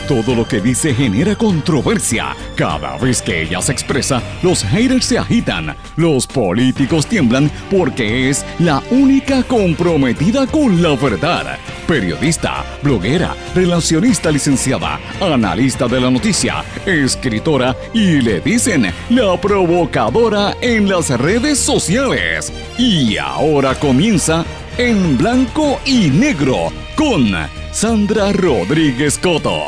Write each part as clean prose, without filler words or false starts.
Todo lo que dice genera controversia. Cada vez que ella se expresa, los haters se agitan, los políticos tiemblan porque es la única comprometida con la verdad. Periodista, bloguera, relacionista licenciada, analista de la noticia, escritora y le dicen la provocadora en las redes sociales. Y ahora comienza En Blanco y Negro con Sandra Rodríguez Coto.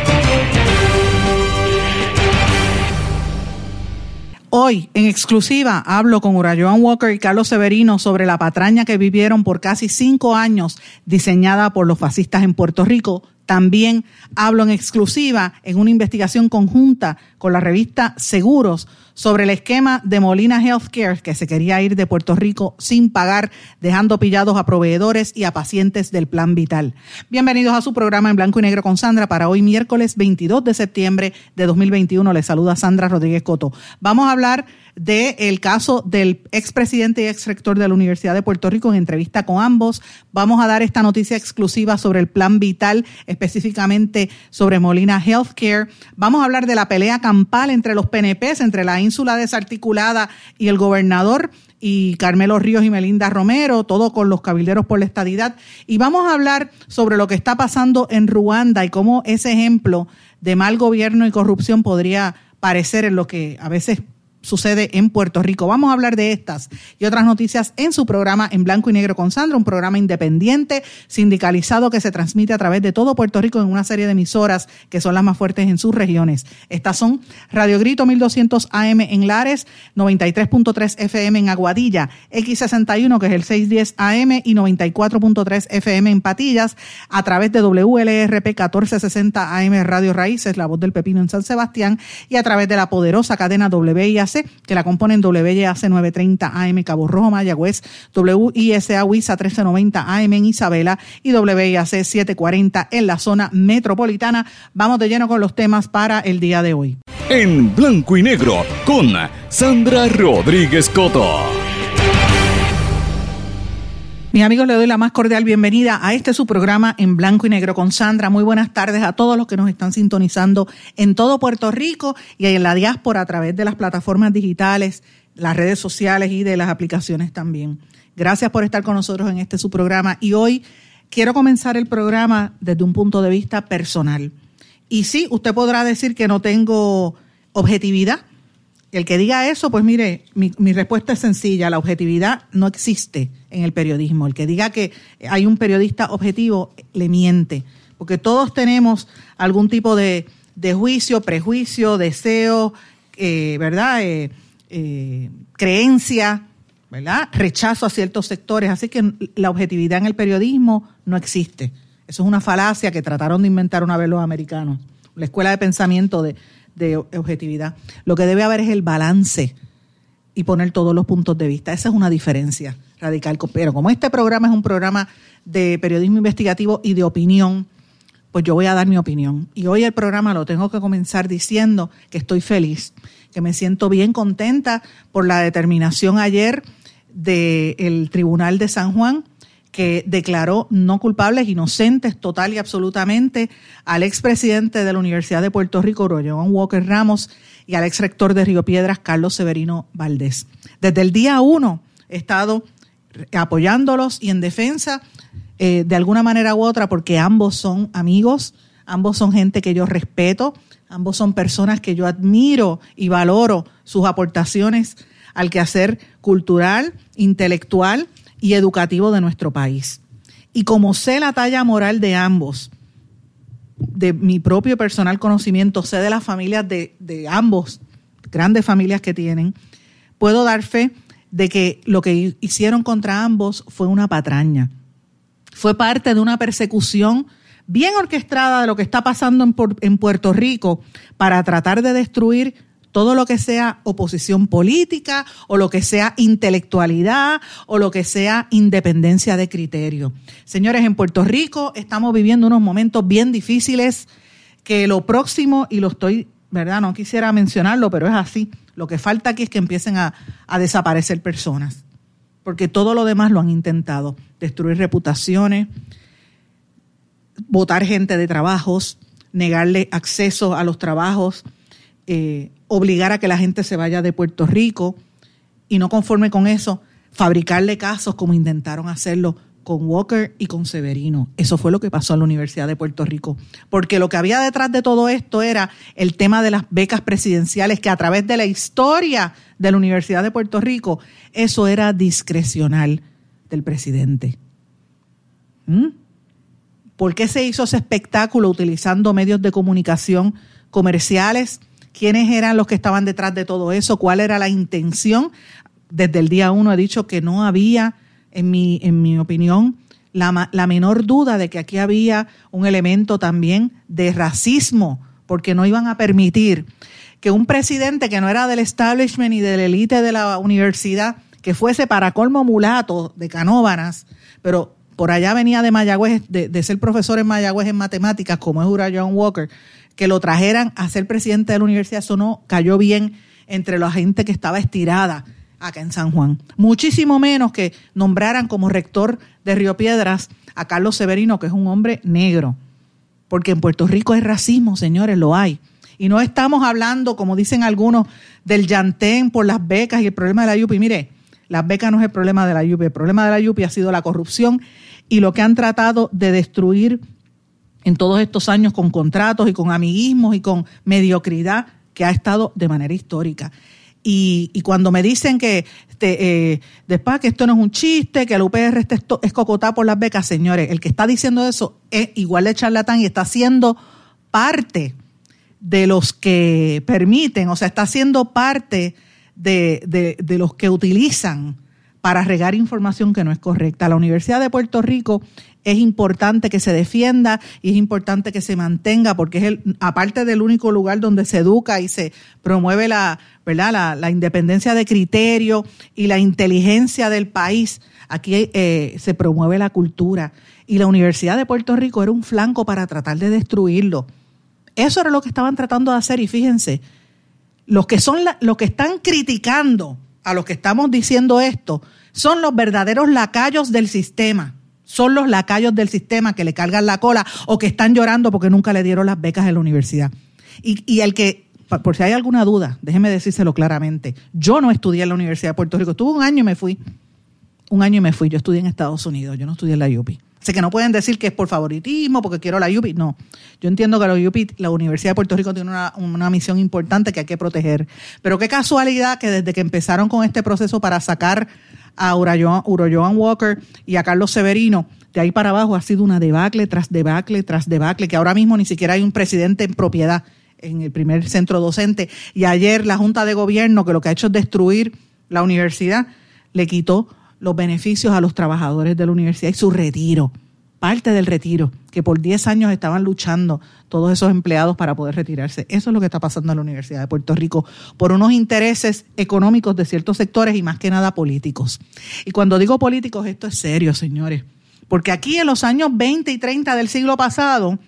Hoy, en exclusiva, hablo con Urayoan Walker y Carlos Severino sobre la patraña que vivieron por casi 5 años diseñada por los fascistas en Puerto Rico. También hablo en exclusiva en una investigación conjunta con la revista Seguros sobre el esquema de Molina Healthcare, que se quería ir de Puerto Rico sin pagar, dejando pillados a proveedores y a pacientes del Plan Vital. Bienvenidos a su programa En Blanco y Negro con Sandra para hoy miércoles 22 de septiembre de 2021. Les saluda Sandra Rodríguez Coto. Vamos a hablar del caso del expresidente y exrector de la Universidad de Puerto Rico en entrevista con ambos. Vamos a dar esta noticia exclusiva sobre el Plan Vital, específicamente sobre Molina Healthcare. Vamos a hablar de la pelea campal entre los PNPs, entre la ínsula desarticulada y el gobernador, y Carmelo Ríos y Melinda Romero, todo con los cabilderos por la estadidad. Y vamos a hablar sobre lo que está pasando en Ruanda y cómo ese ejemplo de mal gobierno y corrupción podría parecer en lo que a veces sucede en Puerto Rico. Vamos a hablar de estas y otras noticias en su programa En Blanco y Negro con Sandra, un programa independiente, sindicalizado, que se transmite a través de todo Puerto Rico en una serie de emisoras que son las más fuertes en sus regiones. Estas son Radio Grito 1200 AM en Lares, 93.3 FM en Aguadilla, X61 que es el 610 AM y 94.3 FM en Patillas, a través de WLRP 1460 AM Radio Raíces, La Voz del Pepino en San Sebastián, y a través de la poderosa cadena WIAC, que la componen WIAC 930 AM Cabo Rojo, Mayagüez, WISA WISA 1390 AM en Isabela y WIAC 740 en la zona metropolitana. Vamos de lleno con los temas para el día de hoy. En Blanco y Negro con Sandra Rodríguez Coto. Mis amigos, les doy la más cordial bienvenida a este su programa En Blanco y Negro con Sandra. Muy buenas tardes a todos los que nos están sintonizando en todo Puerto Rico y en la diáspora a través de las plataformas digitales, las redes sociales y de las aplicaciones también. Gracias por estar con nosotros en este su programa. Y hoy quiero comenzar el programa desde un punto de vista personal. Y sí, usted podrá decir que no tengo objetividad. El que diga eso, pues mire, mi respuesta es sencilla. La objetividad no existe en el periodismo. El que diga que hay un periodista objetivo le miente, porque todos tenemos algún tipo de juicio, prejuicio, deseo, ¿verdad? Creencia, ¿verdad? Rechazo a ciertos sectores. Así que la objetividad en el periodismo no existe. Eso es una falacia que trataron de inventar una vez los americanos. La escuela de pensamiento de objetividad. Lo que debe haber es el balance y poner todos los puntos de vista. Esa es una diferencia radical. Pero como este programa es un programa de periodismo investigativo y de opinión, pues yo voy a dar mi opinión. Y hoy el programa lo tengo que comenzar diciendo que estoy feliz, que me siento bien contenta por la determinación ayer del Tribunal de San Juan, que declaró no culpables, inocentes total y absolutamente al expresidente de la Universidad de Puerto Rico, Urayoan Walker Ramos, y al exrector de Río Piedras, Carlos Severino Valdés. Desde el día 1 he estado apoyándolos y en defensa de alguna manera u otra, porque ambos son amigos, ambos son gente que yo respeto, ambos son personas que yo admiro y valoro sus aportaciones al quehacer cultural, intelectual y educativo de nuestro país. Y como sé la talla moral de ambos, de mi propio personal conocimiento, sé de las familias de ambos, grandes familias que tienen, puedo dar fe de que lo que hicieron contra ambos fue una patraña. Fue parte de una persecución bien orquestada de lo que está pasando en Puerto Rico para tratar de destruir todo lo que sea oposición política o lo que sea intelectualidad o lo que sea independencia de criterio. Señores, en Puerto Rico estamos viviendo unos momentos bien difíciles que lo próximo, y lo estoy, ¿verdad? No quisiera mencionarlo, pero es así. Lo que falta aquí es que empiecen a desaparecer personas, porque todo lo demás lo han intentado. Destruir reputaciones, botar gente de trabajos, negarle acceso a los trabajos, obligar a que la gente se vaya de Puerto Rico y no conforme con eso, fabricarle casos como intentaron hacerlo con Walker y con Severino. Eso fue lo que pasó en la Universidad de Puerto Rico. Porque lo que había detrás de todo esto era el tema de las becas presidenciales, que a través de la historia de la Universidad de Puerto Rico, eso era discrecional del presidente. ¿Por qué se hizo ese espectáculo utilizando medios de comunicación comerciales? ¿Quiénes eran los que estaban detrás de todo eso? ¿Cuál era la intención? Desde el día 1 he dicho que no había, en mi opinión, la menor duda de que aquí había un elemento también de racismo, porque no iban a permitir que un presidente que no era del establishment y de la élite de la universidad, que fuese para colmo mulato de Canóvanas, pero por allá venía de Mayagüez, de ser profesor en Mayagüez en matemáticas, como es Uriah Walker, que lo trajeran a ser presidente de la universidad, eso no cayó bien entre la gente que estaba estirada acá en San Juan. Muchísimo menos que nombraran como rector de Río Piedras a Carlos Severino, que es un hombre negro. Porque en Puerto Rico hay racismo, señores, lo hay. Y no estamos hablando, como dicen algunos, del llantén por las becas y el problema de la UPI. Mire, las becas no es el problema de la UPI. El problema de la UPI ha sido la corrupción y lo que han tratado de destruir en todos estos años con contratos y con amiguismos y con mediocridad que ha estado de manera histórica. Y cuando me dicen que después que esto no es un chiste, que la UPR es cocotá por las becas, señores, el que está diciendo eso es igual de charlatán y está siendo parte de los que permiten, o sea, está siendo parte de los que utilizan para regar información que no es correcta. La Universidad de Puerto Rico es importante que se defienda y es importante que se mantenga porque es aparte del único lugar donde se educa y se promueve la independencia de criterio y la inteligencia del país. Aquí se promueve la cultura y la Universidad de Puerto Rico era un flanco para tratar de destruirlo. Eso era lo que estaban tratando de hacer y fíjense, los que están criticando a los que estamos diciendo esto son los verdaderos lacayos del sistema. Son los lacayos del sistema que le cargan la cola o que están llorando porque nunca le dieron las becas en la universidad. Y el que, por si hay alguna duda, déjeme decírselo claramente, yo no estudié en la Universidad de Puerto Rico, estuve un año y me fui. Yo estudié en Estados Unidos, yo no estudié en la UPI. Así que no pueden decir que es por favoritismo, porque quiero la UPI, no. Yo entiendo que la Universidad de Puerto Rico tiene una misión importante que hay que proteger. Pero qué casualidad que desde que empezaron con este proceso para sacar a Uriah Walker y a Carlos Severino, de ahí para abajo ha sido una debacle tras debacle tras debacle, que ahora mismo ni siquiera hay un presidente en propiedad en el primer centro docente. Y ayer la Junta de Gobierno, que lo que ha hecho es destruir la universidad, le quitó los beneficios a los trabajadores de la universidad y su retiro, parte del retiro, que por 10 años estaban luchando todos esos empleados para poder retirarse. Eso es lo que está pasando en la Universidad de Puerto Rico, por unos intereses económicos de ciertos sectores y más que nada políticos. Y cuando digo políticos, esto es serio, señores, porque aquí en los años 20 y 30 del siglo pasado,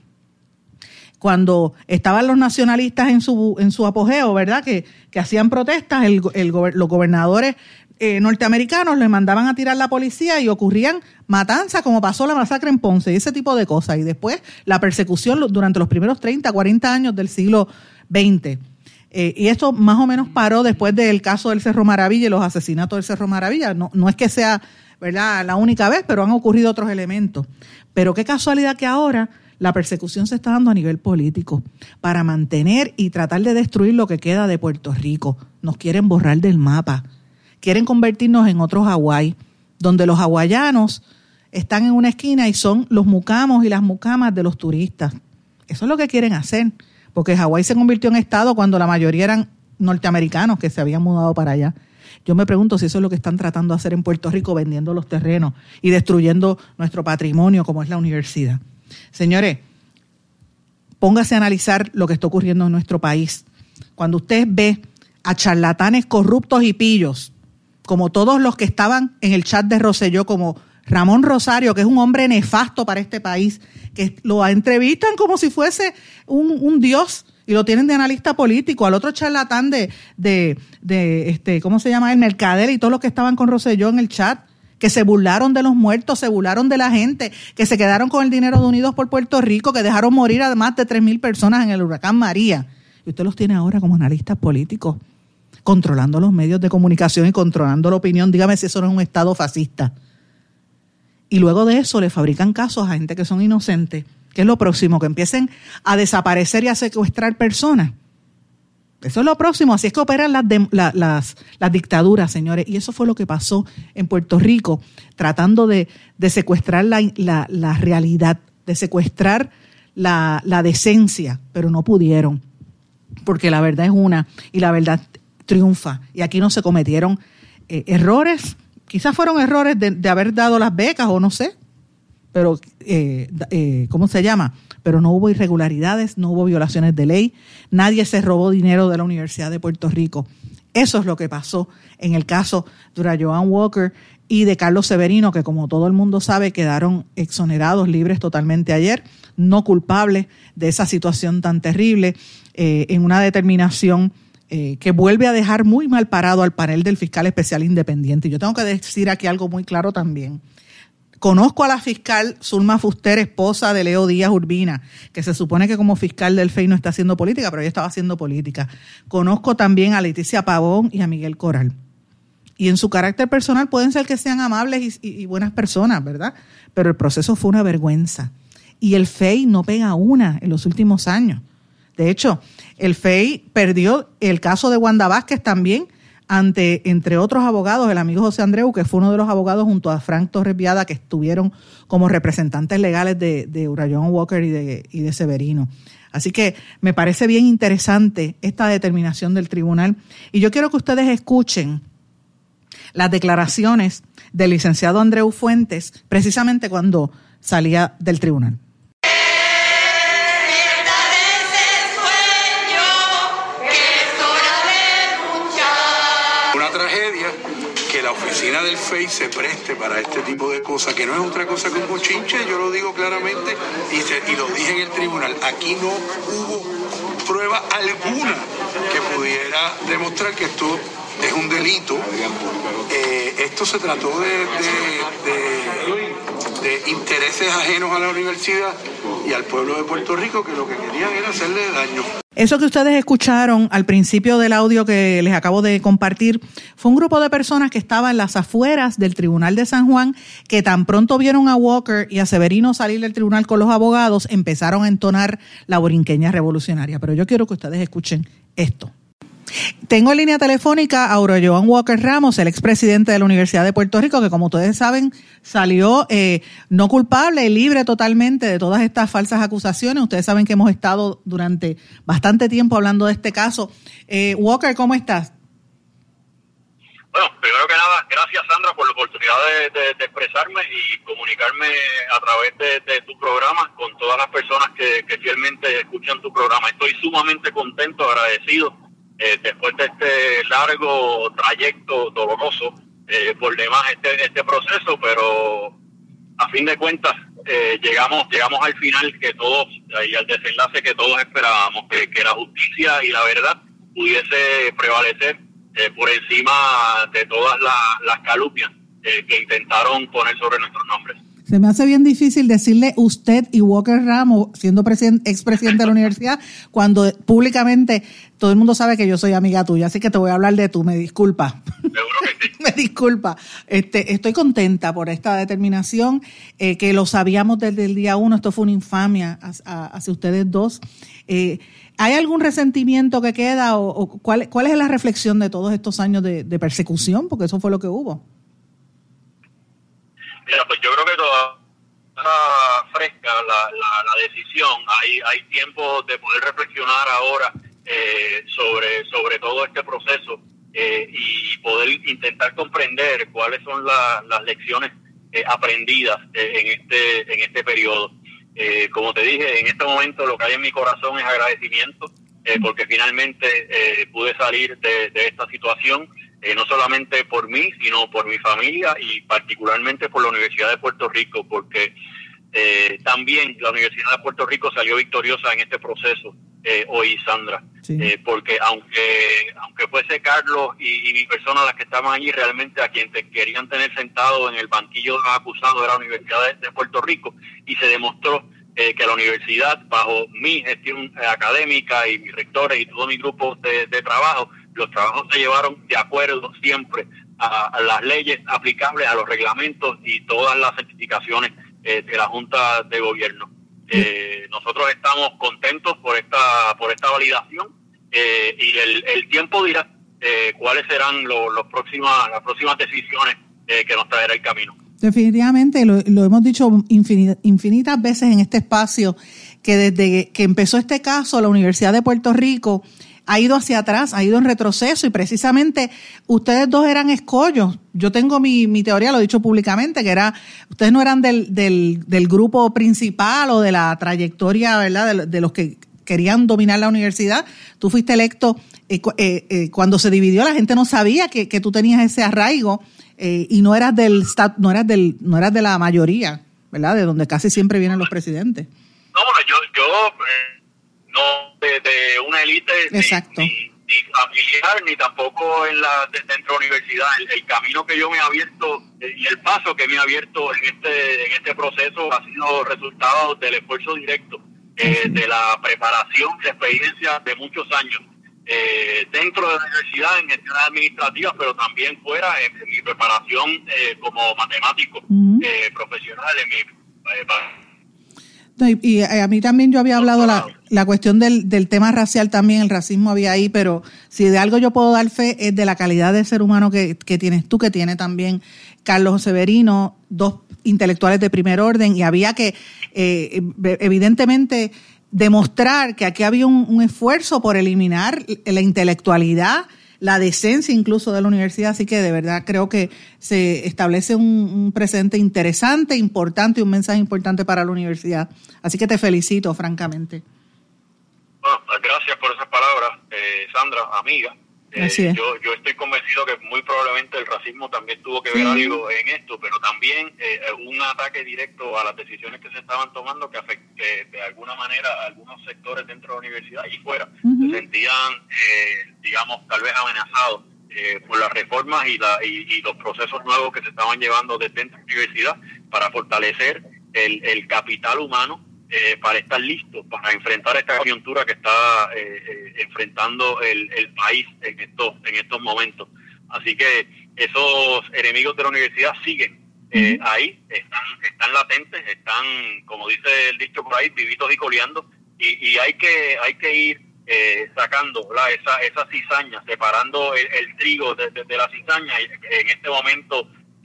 cuando estaban los nacionalistas en su apogeo, ¿verdad? Que hacían protestas, los gobernadores norteamericanos les mandaban a tirar la policía y ocurrían matanzas como pasó la masacre en Ponce y ese tipo de cosas. Y después la persecución durante los primeros 30, 40 años del siglo XX. Y esto más o menos paró después del caso del Cerro Maravilla y los asesinatos del Cerro Maravilla. No es que sea, ¿verdad?, la única vez, pero han ocurrido otros elementos. Pero qué casualidad que ahora la persecución se está dando a nivel político para mantener y tratar de destruir lo que queda de Puerto Rico. Nos quieren borrar del mapa. Quieren convertirnos en otro Hawái, donde los hawaianos están en una esquina y son los mucamos y las mucamas de los turistas. Eso es lo que quieren hacer, porque Hawái se convirtió en estado cuando la mayoría eran norteamericanos que se habían mudado para allá. Yo me pregunto si eso es lo que están tratando de hacer en Puerto Rico, vendiendo los terrenos y destruyendo nuestro patrimonio como es la universidad. Señores, póngase a analizar lo que está ocurriendo en nuestro país. Cuando usted ve a charlatanes corruptos y pillos, como todos los que estaban en el chat de Rosselló, como Ramón Rosario, que es un hombre nefasto para este país, que lo entrevistan como si fuese un dios y lo tienen de analista político, al otro charlatán ¿cómo se llama? El Mercader y todos los que estaban con Rosselló en el chat, que se burlaron de los muertos, se burlaron de la gente, que se quedaron con el dinero de Unidos por Puerto Rico, que dejaron morir a más de 3,000 personas en el huracán María. Y usted los tiene ahora como analistas políticos, controlando los medios de comunicación y controlando la opinión. Dígame si eso no es un Estado fascista. Y luego de eso le fabrican casos a gente que son inocentes. ¿Qué es lo próximo? Que empiecen a desaparecer y a secuestrar personas. Eso es lo próximo. Así es que operan las dictaduras, señores. Y eso fue lo que pasó en Puerto Rico, tratando de secuestrar la realidad, de secuestrar la decencia, pero no pudieron. Porque la verdad es una y la verdad triunfa. Y aquí no se cometieron errores. Quizás fueron errores de haber dado las becas o no sé. Pero, ¿cómo se llama? Pero no hubo irregularidades, no hubo violaciones de ley, nadie se robó dinero de la Universidad de Puerto Rico. Eso es lo que pasó en el caso de Urayoan Walker y de Carlos Severino, que como todo el mundo sabe quedaron exonerados, libres totalmente ayer, no culpables de esa situación tan terrible, en una determinación que vuelve a dejar muy mal parado al panel del fiscal especial independiente. Yo tengo que decir aquí algo muy claro también. Conozco a la fiscal Zulma Fuster, esposa de Leo Díaz Urbina, que se supone que como fiscal del FEI no está haciendo política, pero ella estaba haciendo política. Conozco también a Leticia Pavón y a Miguel Coral. Y en su carácter personal pueden ser que sean amables y buenas personas, ¿verdad? Pero el proceso fue una vergüenza. Y el FEI no pega una en los últimos años. De hecho, el FEI perdió el caso de Wanda Vázquez también, entre otros abogados, el amigo José Andreu, que fue uno de los abogados junto a Frank Torres Viada, que estuvieron como representantes legales de Urayoan Walker y de Severino. Así que me parece bien interesante esta determinación del tribunal. Y yo quiero que ustedes escuchen las declaraciones del licenciado Andreu Fuentes, precisamente cuando salía del tribunal. La oficina del FEI se preste para este tipo de cosas, que no es otra cosa que un bochinche, yo lo digo claramente y lo dije en el tribunal. Aquí no hubo prueba alguna que pudiera demostrar que esto es un delito. Esto se trató de intereses ajenos a la universidad y al pueblo de Puerto Rico, que lo que querían era hacerle daño. Eso que ustedes escucharon al principio del audio que les acabo de compartir fue un grupo de personas que estaban en las afueras del Tribunal de San Juan, que tan pronto vieron a Walker y a Severino salir del tribunal con los abogados, empezaron a entonar la borinqueña revolucionaria. Pero yo quiero que ustedes escuchen esto. Tengo en línea telefónica a Urayoan Walker Ramos, el expresidente de la Universidad de Puerto Rico, que como ustedes saben salió no culpable y libre totalmente de todas estas falsas acusaciones. Ustedes saben que hemos estado durante bastante tiempo hablando de este caso. Walker, ¿cómo estás? Bueno, primero que nada, gracias Sandra por la oportunidad de expresarme y comunicarme a través de tu programa con todas las personas que fielmente escuchan tu programa. Estoy sumamente contento, agradecido. Después de este largo trayecto doloroso, por demás este proceso, pero a fin de cuentas llegamos al final que todos, y al desenlace que todos esperábamos, que la justicia y la verdad pudiese prevalecer por encima de todas las calumnias que intentaron poner sobre nuestros nombres. Se me hace bien difícil decirle usted y Walker Ramos, siendo expresidente de la universidad, cuando públicamente todo el mundo sabe que yo soy amiga tuya, así que te voy a hablar de tú, me disculpa. Seguro que sí. Me disculpa. Estoy contenta por esta determinación, que lo sabíamos desde el día 1, esto fue una infamia hacia ustedes dos. ¿Hay algún resentimiento que queda o cuál es la reflexión de todos estos años de persecución? Porque eso fue lo que hubo. Mira, pues yo creo que todavía está fresca la decisión. Hay tiempo de poder reflexionar ahora sobre todo este proceso y poder intentar comprender cuáles son las lecciones aprendidas en este periodo. Como te dije, en este momento lo que hay en mi corazón es agradecimiento porque finalmente pude salir de esta situación. No solamente por mí, sino por mi familia y particularmente por la Universidad de Puerto Rico, porque también la Universidad de Puerto Rico salió victoriosa en este proceso hoy, Sandra. Sí. Porque aunque fuese Carlos y mi persona las que estaban allí, realmente a quien te querían tener sentado en el banquillo de los acusados era la Universidad de Puerto Rico, y se demostró que la universidad, bajo mi gestión académica y mis rectores y todo mi grupo de trabajo, los trabajos se llevaron de acuerdo siempre a las leyes aplicables, a los reglamentos y todas las certificaciones de la Junta de Gobierno. Nosotros estamos contentos por esta validación, y el tiempo dirá cuáles serán las próximas decisiones que nos traerá el camino. Definitivamente, lo hemos dicho infinitas veces en este espacio, que desde que empezó este caso, la Universidad de Puerto Rico ha ido hacia atrás, ha ido en retroceso, y precisamente ustedes dos eran escollos. Yo tengo mi teoría, lo he dicho públicamente, que ustedes no eran del grupo principal o de la trayectoria, ¿verdad?, de los que querían dominar la universidad. Tú fuiste electo cuando se dividió, la gente no sabía que tú tenías ese arraigo, y no eras no eras de la mayoría, ¿verdad?, de donde casi siempre vienen los presidentes. No, bueno, yo no de una élite ni familiar, ni tampoco dentro de la universidad. El camino que yo me he abierto y el paso que me ha abierto en este proceso ha sido resultado del esfuerzo directo, de la preparación, de experiencia de muchos años dentro de la universidad en gestiones administrativas, pero también fuera en mi preparación como matemático profesional en mi y a mí también yo había hablado la cuestión del tema racial también, el racismo había ahí, pero si de algo yo puedo dar fe es de la calidad de ser humano que tienes tú, que tiene también Carlos Severino, dos intelectuales de primer orden, y había que evidentemente demostrar que aquí había un esfuerzo por eliminar la intelectualidad, la decencia incluso de la universidad. Así que de verdad creo que se establece un precedente interesante, importante, y un mensaje importante para la universidad. Así que te felicito, francamente. Bueno, gracias por esas palabras, Sandra, amiga. Yo estoy convencido que muy probablemente el racismo también tuvo que ver algo en esto, pero también un ataque directo a las decisiones que se estaban tomando que de alguna manera algunos sectores dentro de la universidad y fuera se sentían, digamos, tal vez amenazados por las reformas y los procesos nuevos que se estaban llevando desde dentro de la universidad para fortalecer el capital humano, para estar listos para enfrentar esta coyuntura que está enfrentando el país en estos momentos. Así que esos enemigos de la universidad siguen ahí, están latentes, están, como dice el dicho por ahí, vivitos y coleando, y hay que ir sacando esa cizaña, separando el trigo de la cizaña en este momento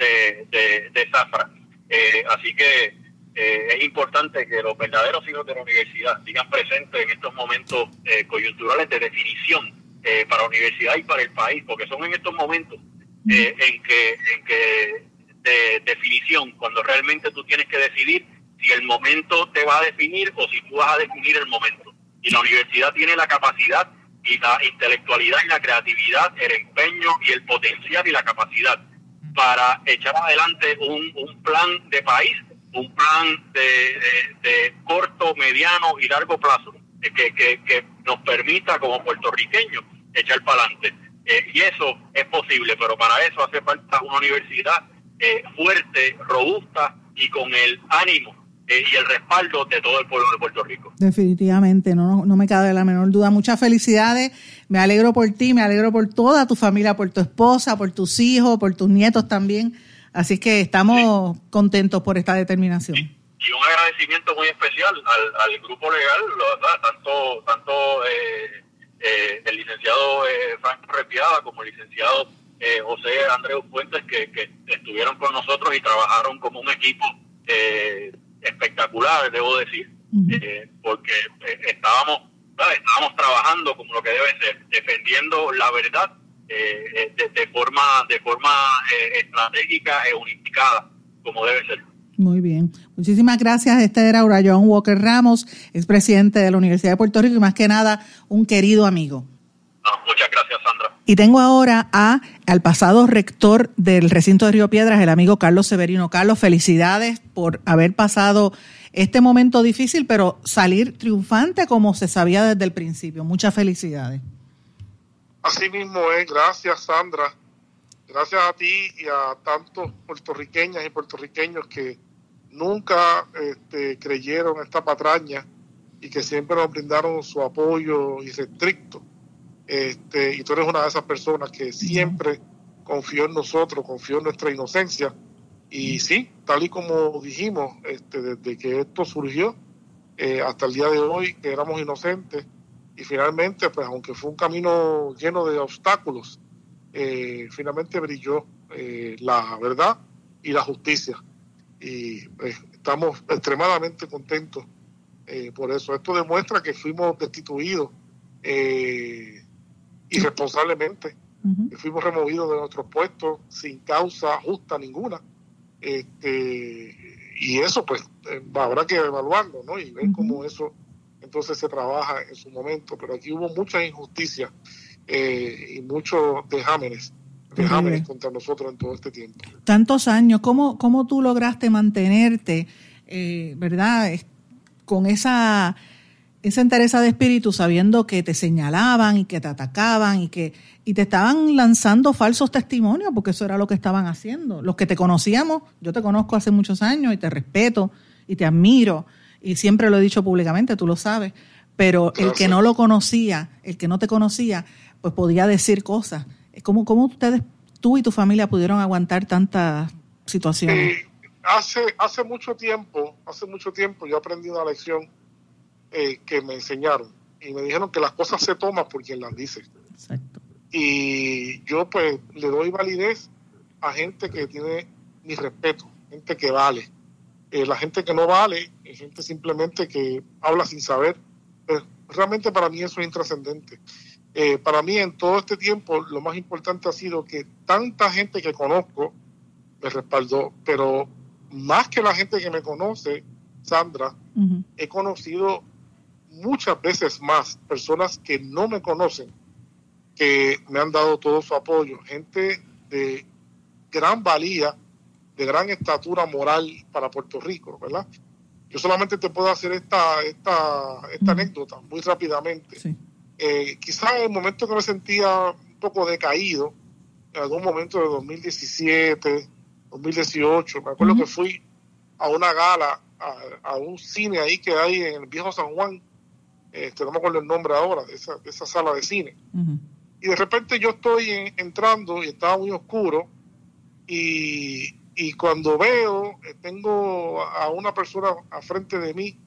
de zafra. Así que es importante que los verdaderos hijos de la universidad sigan presentes en estos momentos coyunturales de definición para la universidad y para el país, porque son en estos momentos en que de definición, cuando realmente tú tienes que decidir si el momento te va a definir o si tú vas a definir el momento. Y la universidad tiene la capacidad y la intelectualidad y la creatividad, el empeño y el potencial y la capacidad para echar adelante un plan de país, un plan de corto, mediano y largo plazo que nos permita como puertorriqueños echar para adelante. Y eso es posible, pero para eso hace falta una universidad fuerte, robusta y con el ánimo y el respaldo de todo el pueblo de Puerto Rico. Definitivamente, no me cabe la menor duda. Muchas felicidades, me alegro por ti, me alegro por toda tu familia, por tu esposa, por tus hijos, por tus nietos también. Así que estamos contentos por esta determinación. Y un agradecimiento muy especial al grupo legal, tanto el licenciado Franco Repiada como el licenciado José Andreu Fuentes, que estuvieron con nosotros y trabajaron como un equipo espectacular, debo decir, porque estábamos trabajando como lo que debe ser, defendiendo la verdad de forma estratégica e unificada, como debe ser. Muy bien. Muchísimas gracias. Este era Urayoan Walker Ramos, expresidente de la Universidad de Puerto Rico y más que nada un querido amigo. Muchas gracias, Sandra. Y tengo ahora al pasado rector del recinto de Río Piedras, el amigo Carlos Severino. Carlos, felicidades por haber pasado este momento difícil, pero salir triunfante como se sabía desde el principio. Muchas felicidades. Así mismo es. Gracias, Sandra. Gracias a ti y a tantos puertorriqueñas y puertorriqueños que nunca creyeron esta patraña y que siempre nos brindaron su apoyo irrestricto. Y tú eres una de esas personas que siempre confió en nosotros, confió en nuestra inocencia. Y sí, tal y como dijimos, desde que esto surgió hasta el día de hoy, que éramos inocentes, y finalmente, pues aunque fue un camino lleno de obstáculos, finalmente brilló la verdad y la justicia. Y estamos extremadamente contentos por eso. Esto demuestra que fuimos destituidos irresponsablemente, que fuimos removidos de nuestros puestos sin causa justa ninguna. Y eso pues habrá que evaluarlo, ¿no? Y ver cómo eso entonces se trabaja en su momento. Pero aquí hubo mucha injusticia y muchos vejámenes contra nosotros en todo este tiempo. Tantos años, ¿cómo tú lograste mantenerte, verdad, con esa entereza de espíritu, sabiendo que te señalaban y que te atacaban y te estaban lanzando falsos testimonios, porque eso era lo que estaban haciendo? Los que te conocíamos, yo te conozco hace muchos años y te respeto y te admiro y siempre lo he dicho públicamente, tú lo sabes, pero el que no lo conocía, el que no te conocía, pues podía decir cosas. ¿Cómo ustedes, tú y tu familia, pudieron aguantar tantas situaciones? Hace mucho tiempo yo aprendí una lección que me enseñaron y me dijeron que las cosas se toman por quien las dice. Exacto. Y yo pues le doy validez a gente que tiene mi respeto, gente que vale. La gente que no vale es gente simplemente que habla sin saber. Realmente para mí eso es intrascendente. Para mí en todo este tiempo lo más importante ha sido que tanta gente que conozco me respaldó, pero más que la gente que me conoce, Sandra, he conocido muchas veces más personas que no me conocen, que me han dado todo su apoyo, gente de gran valía, de gran estatura moral para Puerto Rico, ¿verdad? Yo solamente te puedo hacer esta anécdota muy rápidamente. Sí. Quizás en el momento que me sentía un poco decaído, en algún momento de 2017, 2018, me acuerdo que fui a una gala, a un cine ahí que hay en el viejo San Juan, no me acuerdo el nombre ahora, de esa sala de cine. Y de repente yo estoy entrando y estaba muy oscuro, y cuando veo, tengo a una persona a frente de mí,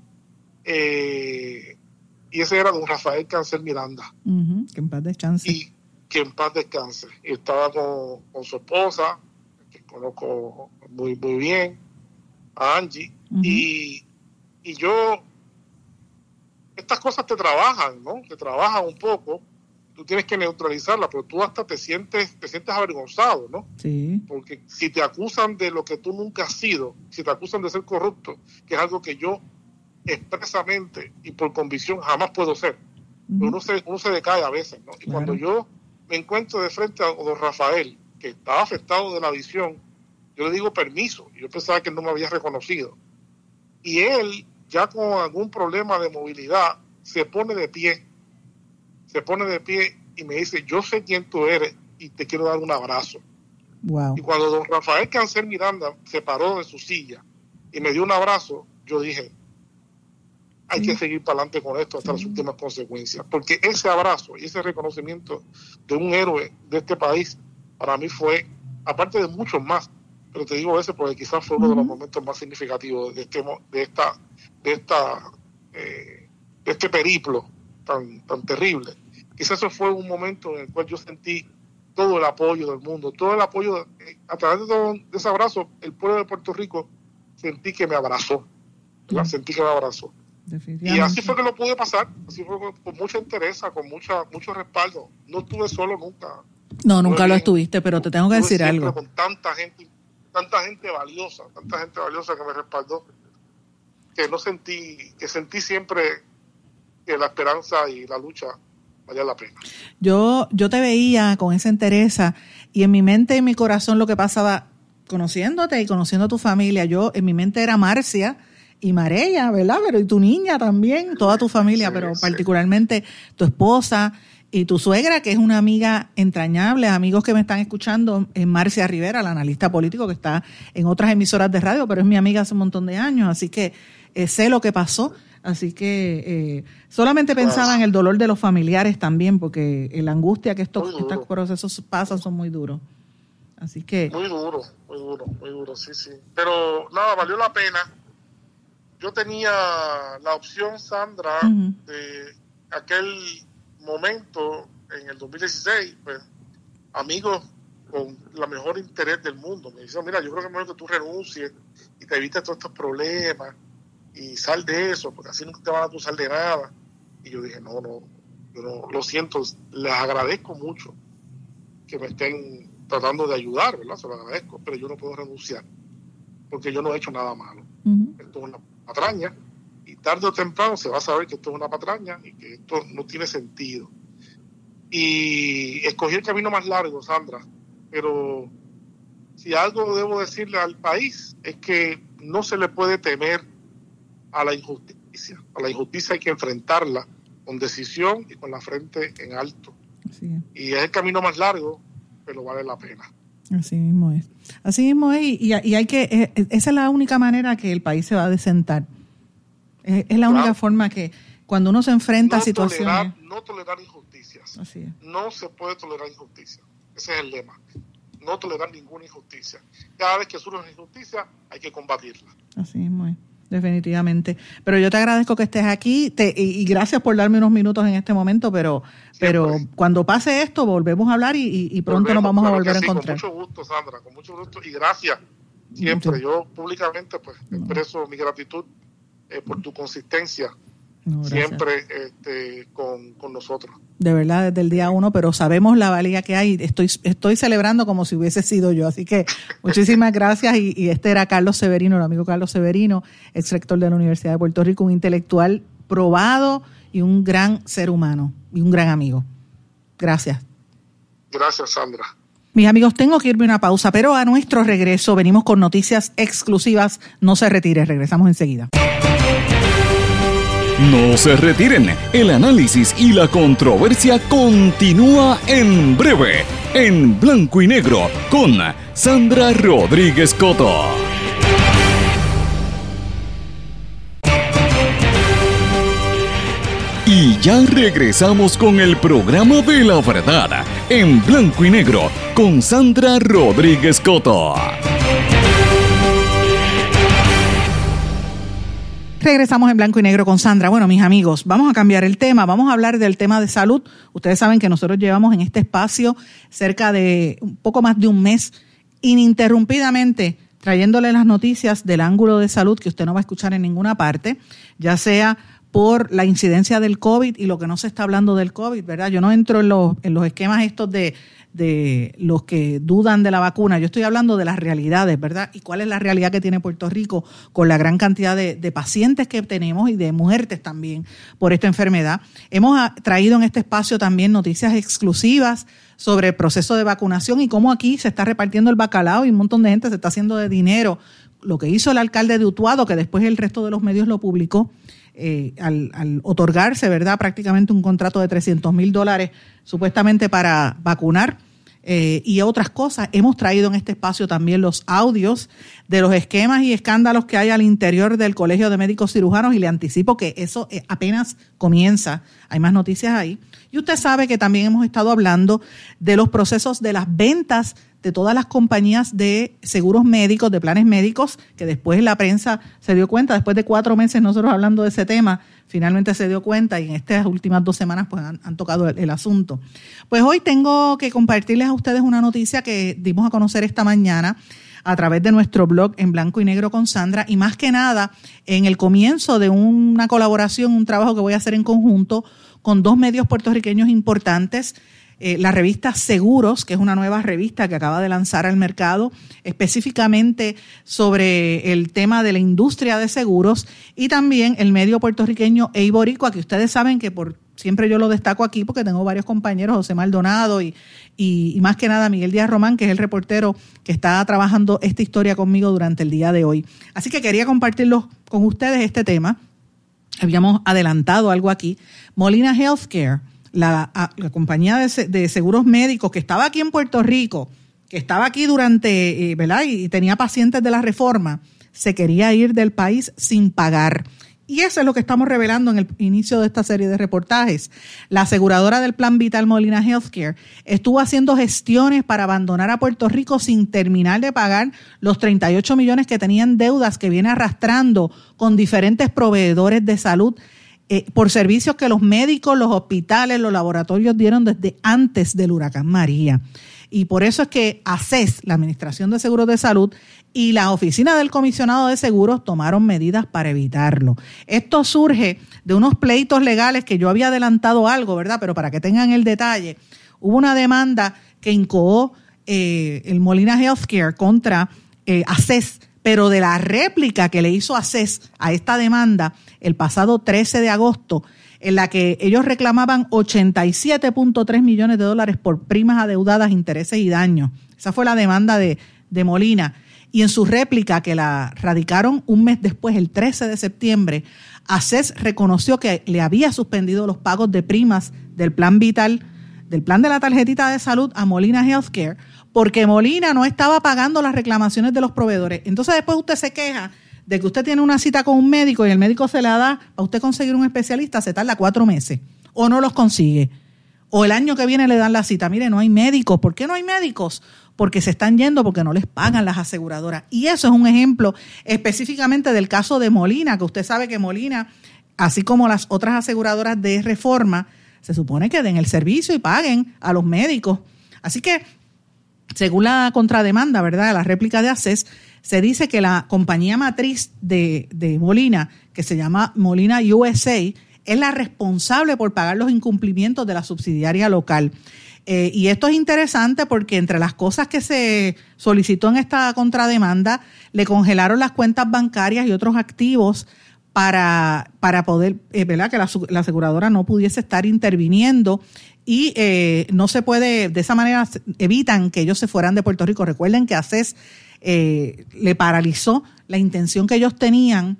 y ese era don Rafael Cáncer Miranda. Que en paz descanse. Y que en paz descanse. Y estaba con su esposa, que conozco muy, muy bien, a Angie, y yo, estas cosas te trabajan, ¿no? Te trabajan un poco, tú tienes que neutralizarla, pero tú hasta te sientes avergonzado, ¿no? Sí. Porque si te acusan de lo que tú nunca has sido, si te acusan de ser corrupto, que es algo que yo expresamente y por convicción jamás puedo ser, pero uno se decae a veces, ¿no? Y claro, cuando yo me encuentro de frente a don Rafael, que estaba afectado de la visión, yo le digo permiso, yo pensaba que no me había reconocido, y él, ya con algún problema de movilidad, se pone de pie y me dice, yo sé quién tú eres y te quiero dar un abrazo. Wow. Y cuando don Rafael Cáncer Miranda se paró de su silla y me dio un abrazo, yo dije, hay que seguir para adelante con esto hasta las últimas consecuencias, porque ese abrazo y ese reconocimiento de un héroe de este país, para mí fue, aparte de muchos más, pero te digo ese porque quizás fue uno de los momentos más significativos de este periplo tan terrible. Quizás eso fue un momento en el cual yo sentí todo el apoyo del mundo, todo el apoyo, a través de ese abrazo, el pueblo de Puerto Rico sentí que me abrazó, sentí que me abrazó. Y así fue que lo pude pasar, así fue con mucha entereza, con mucho respaldo. No estuve solo nunca. No, nunca lo estuviste, pero te tengo que decir algo. Con tanta gente valiosa que me respaldó, que sentí siempre que la esperanza y la lucha valía la pena. Yo te veía con esa entereza y en mi mente y en mi corazón lo que pasaba, conociéndote y conociendo a tu familia, yo en mi mente era Marcia y Marella, ¿verdad? Pero y tu niña también, toda tu familia, sí, pero sí, particularmente tu esposa y tu suegra, que es una amiga entrañable. Amigos que me están escuchando, es Marcia Rivera, la analista político que está en otras emisoras de radio, pero es mi amiga hace un montón de años, así que sé lo que pasó. Así que solamente pensaba en el dolor de los familiares también, porque la angustia que estos procesos pasan son muy duros. Así que... Muy duro, sí. Pero nada, valió la pena. Yo tenía la opción, Sandra, de aquel momento en el 2016, pues, amigos con la mejor interés del mundo. Me dicen, mira, yo creo que es mejor que tú renuncies y te evites todos estos problemas y sal de eso, porque así nunca te van a acusar de nada. Y yo dije, no, yo no, lo siento, les agradezco mucho que me estén tratando de ayudar, ¿verdad? Se lo agradezco, pero yo no puedo renunciar, porque yo no he hecho nada malo. Esto es una patraña, y tarde o temprano se va a saber que esto es una patraña y que esto no tiene sentido. Y escogí el camino más largo, Sandra, pero si algo debo decirle al país es que no se le puede temer a la injusticia. A la injusticia hay que enfrentarla con decisión y con la frente en alto. Y es el camino más largo, pero vale la pena. Así mismo es. Y hay que, esa es la única manera que el país se va a desentar. Es la única forma que cuando uno se enfrenta a situaciones... No tolerar injusticias. Así es. No se puede tolerar injusticia. Ese es el lema. No tolerar ninguna injusticia. Cada vez que surge una injusticia hay que combatirla. Así mismo es. Definitivamente. Pero yo te agradezco que estés aquí y gracias por darme unos minutos en este momento, pero cuando pase esto volvemos a hablar y pronto nos vamos a volver a encontrar. Con mucho gusto, Sandra, con mucho gusto y gracias. Siempre yo públicamente pues expreso mi gratitud por tu consistencia. Siempre con nosotros. De verdad, desde el día 1, pero sabemos la valía que hay. Estoy celebrando como si hubiese sido yo. Así que muchísimas gracias. Y este era Carlos Severino, el amigo Carlos Severino, ex rector de la Universidad de Puerto Rico, un intelectual probado y un gran ser humano y un gran amigo. Gracias. Gracias, Sandra. Mis amigos, tengo que irme a una pausa, pero a nuestro regreso venimos con noticias exclusivas. No se retire, regresamos enseguida. No se retiren, el análisis y la controversia continúa en breve, en Blanco y Negro, con Sandra Rodríguez Coto. Y ya regresamos con el programa de la verdad, en Blanco y Negro, con Sandra Rodríguez Coto. Regresamos en Blanco y Negro con Sandra. Bueno, mis amigos, vamos a cambiar el tema. Vamos a hablar del tema de salud. Ustedes saben que nosotros llevamos en este espacio cerca de un poco más de un mes ininterrumpidamente trayéndole las noticias del ángulo de salud que usted no va a escuchar en ninguna parte, ya sea por la incidencia del COVID y lo que no se está hablando del COVID, ¿verdad? Yo no entro en los esquemas estos de los que dudan de la vacuna. Yo estoy hablando de las realidades, ¿verdad? Y cuál es la realidad que tiene Puerto Rico con la gran cantidad de pacientes que tenemos y de muertes también por esta enfermedad. Hemos traído en este espacio también noticias exclusivas sobre el proceso de vacunación y cómo aquí se está repartiendo el bacalao y un montón de gente se está haciendo de dinero. Lo que hizo el alcalde de Utuado, que después el resto de los medios lo publicó, al otorgarse, ¿verdad?, prácticamente un contrato de $300,000 supuestamente para vacunar y otras cosas. Hemos traído en este espacio también los audios de los esquemas y escándalos que hay al interior del Colegio de Médicos Cirujanos y le anticipo que eso apenas comienza. Hay más noticias ahí. Y usted sabe que también hemos estado hablando de los procesos de las ventas de todas las compañías de seguros médicos, de planes médicos, que después la prensa se dio cuenta, después de 4 meses nosotros hablando de ese tema, finalmente se dio cuenta y en estas últimas 2 semanas pues han tocado el asunto. Pues hoy tengo que compartirles a ustedes una noticia que dimos a conocer esta mañana a través de nuestro blog en Blanco y Negro con Sandra y más que nada en el comienzo de una colaboración, un trabajo que voy a hacer en conjunto con 2 medios puertorriqueños importantes. La revista Seguros, que es una nueva revista que acaba de lanzar al mercado específicamente sobre el tema de la industria de seguros, y también el medio puertorriqueño Eiboricua, que ustedes saben que por siempre yo lo destaco aquí porque tengo varios compañeros, José Maldonado y más que nada Miguel Díaz Román, que es el reportero que está trabajando esta historia conmigo durante el día de hoy. Así que quería compartirlo con ustedes este tema. Habíamos adelantado algo aquí. Molina Healthcare, la compañía de seguros médicos que estaba aquí en Puerto Rico, que estaba aquí durante, ¿verdad? Y tenía pacientes de la reforma, se quería ir del país sin pagar. Y eso es lo que estamos revelando en el inicio de esta serie de reportajes. La aseguradora del Plan Vital Molina Healthcare estuvo haciendo gestiones para abandonar a Puerto Rico sin terminar de pagar los 38 millones que tenían deudas que viene arrastrando con diferentes proveedores de salud por servicios que los médicos, los hospitales, los laboratorios dieron desde antes del huracán María. Y por eso es que ACES, la Administración de Seguros de Salud, y la Oficina del Comisionado de Seguros tomaron medidas para evitarlo. Esto surge de unos pleitos legales que yo había adelantado algo, ¿verdad? Pero para que tengan el detalle, hubo una demanda que incoó el Molina Healthcare contra ACES, pero de la réplica que le hizo ACES a esta demanda el pasado 13 de agosto, en la que ellos reclamaban 87.3 millones de dólares por primas adeudadas, intereses y daños. Esa fue la demanda de Molina. Y en su réplica, que la radicaron un mes después, el 13 de septiembre, ACES reconoció que le había suspendido los pagos de primas del plan vital, del plan de la tarjetita de salud a Molina Healthcare, porque Molina no estaba pagando las reclamaciones de los proveedores. Entonces después usted se queja de que usted tiene una cita con un médico y el médico se la da, para usted conseguir un especialista se tarda 4 meses, o no los consigue, o el año que viene le dan la cita. Mire, no hay médicos. ¿Por qué no hay médicos? Porque se están yendo, porque no les pagan las aseguradoras. Y eso es un ejemplo específicamente del caso de Molina, que usted sabe que Molina, así como las otras aseguradoras de Reforma, se supone que den el servicio y paguen a los médicos. Así que, según la contrademanda, ¿verdad?, la réplica de ACES, se dice que la compañía matriz de Molina, que se llama Molina USA, es la responsable por pagar los incumplimientos de la subsidiaria local. Y esto es interesante porque entre las cosas que se solicitó en esta contrademanda, le congelaron las cuentas bancarias y otros activos para poder, ¿verdad?, que la aseguradora no pudiese estar interviniendo y no se puede, de esa manera evitan que ellos se fueran de Puerto Rico. Recuerden que ACES le paralizó la intención que ellos tenían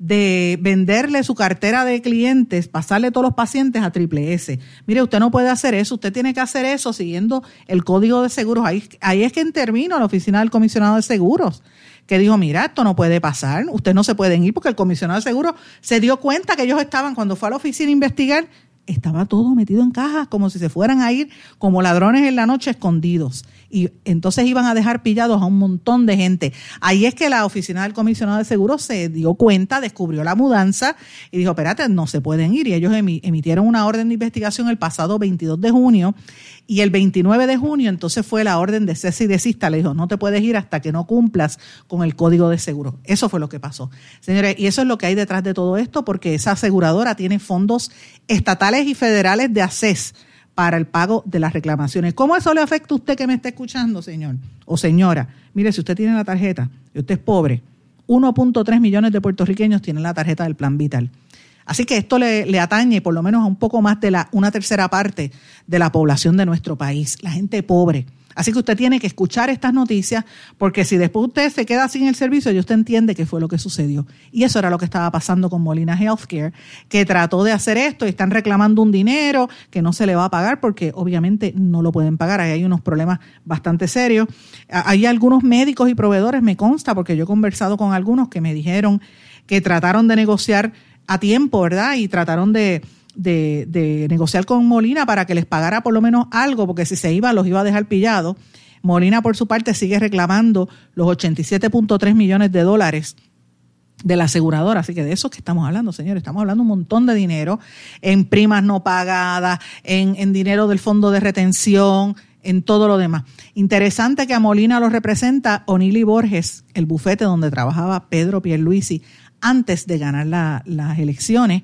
de venderle su cartera de clientes, pasarle todos los pacientes a Triple S. Mire, usted no puede hacer eso, usted tiene que hacer eso siguiendo el Código de Seguros. Ahí es que intervino la Oficina del Comisionado de Seguros, que dijo, mira, esto no puede pasar, ustedes no se pueden ir, porque el Comisionado de Seguros se dio cuenta que ellos estaban, cuando fue a la oficina a investigar, estaba todo metido en cajas, como si se fueran a ir como ladrones en la noche escondidos. Y entonces iban a dejar pillados a un montón de gente. Ahí es que la Oficina del Comisionado de Seguros se dio cuenta, descubrió la mudanza y dijo, espérate, no se pueden ir. Y ellos emitieron una orden de investigación el pasado 22 de junio y el 29 de junio entonces fue la orden de cese y desista. Le dijo, no te puedes ir hasta que no cumplas con el Código de Seguros. Eso fue lo que pasó. Señores, y eso es lo que hay detrás de todo esto, porque esa aseguradora tiene fondos estatales y federales de ACES para el pago de las reclamaciones. ¿Cómo eso le afecta a usted que me está escuchando, señor o señora? Mire, si usted tiene la tarjeta y usted es pobre, 1.3 millones de puertorriqueños tienen la tarjeta del Plan Vital. Así que esto le atañe por lo menos a un poco más de una tercera parte de la población de nuestro país, la gente pobre. Así que usted tiene que escuchar estas noticias, porque si después usted se queda sin el servicio, ya usted entiende qué fue lo que sucedió. Y eso era lo que estaba pasando con Molina Healthcare, que trató de hacer esto y están reclamando un dinero que no se le va a pagar porque obviamente no lo pueden pagar. Ahí hay unos problemas bastante serios. Hay algunos médicos y proveedores, me consta, porque yo he conversado con algunos que me dijeron que trataron de negociar a tiempo, ¿verdad? Y trataron de negociar con Molina para que les pagara por lo menos algo, porque si se iban los iba a dejar pillados. Molina, por su parte, sigue reclamando los 87.3 millones de dólares de la aseguradora. Así que de eso que estamos hablando, señores. Estamos hablando un montón de dinero en primas no pagadas, en dinero del fondo de retención, en todo lo demás. Interesante que a Molina lo representa Onili Borges, el bufete donde trabajaba Pedro Pierluisi antes de ganar las elecciones,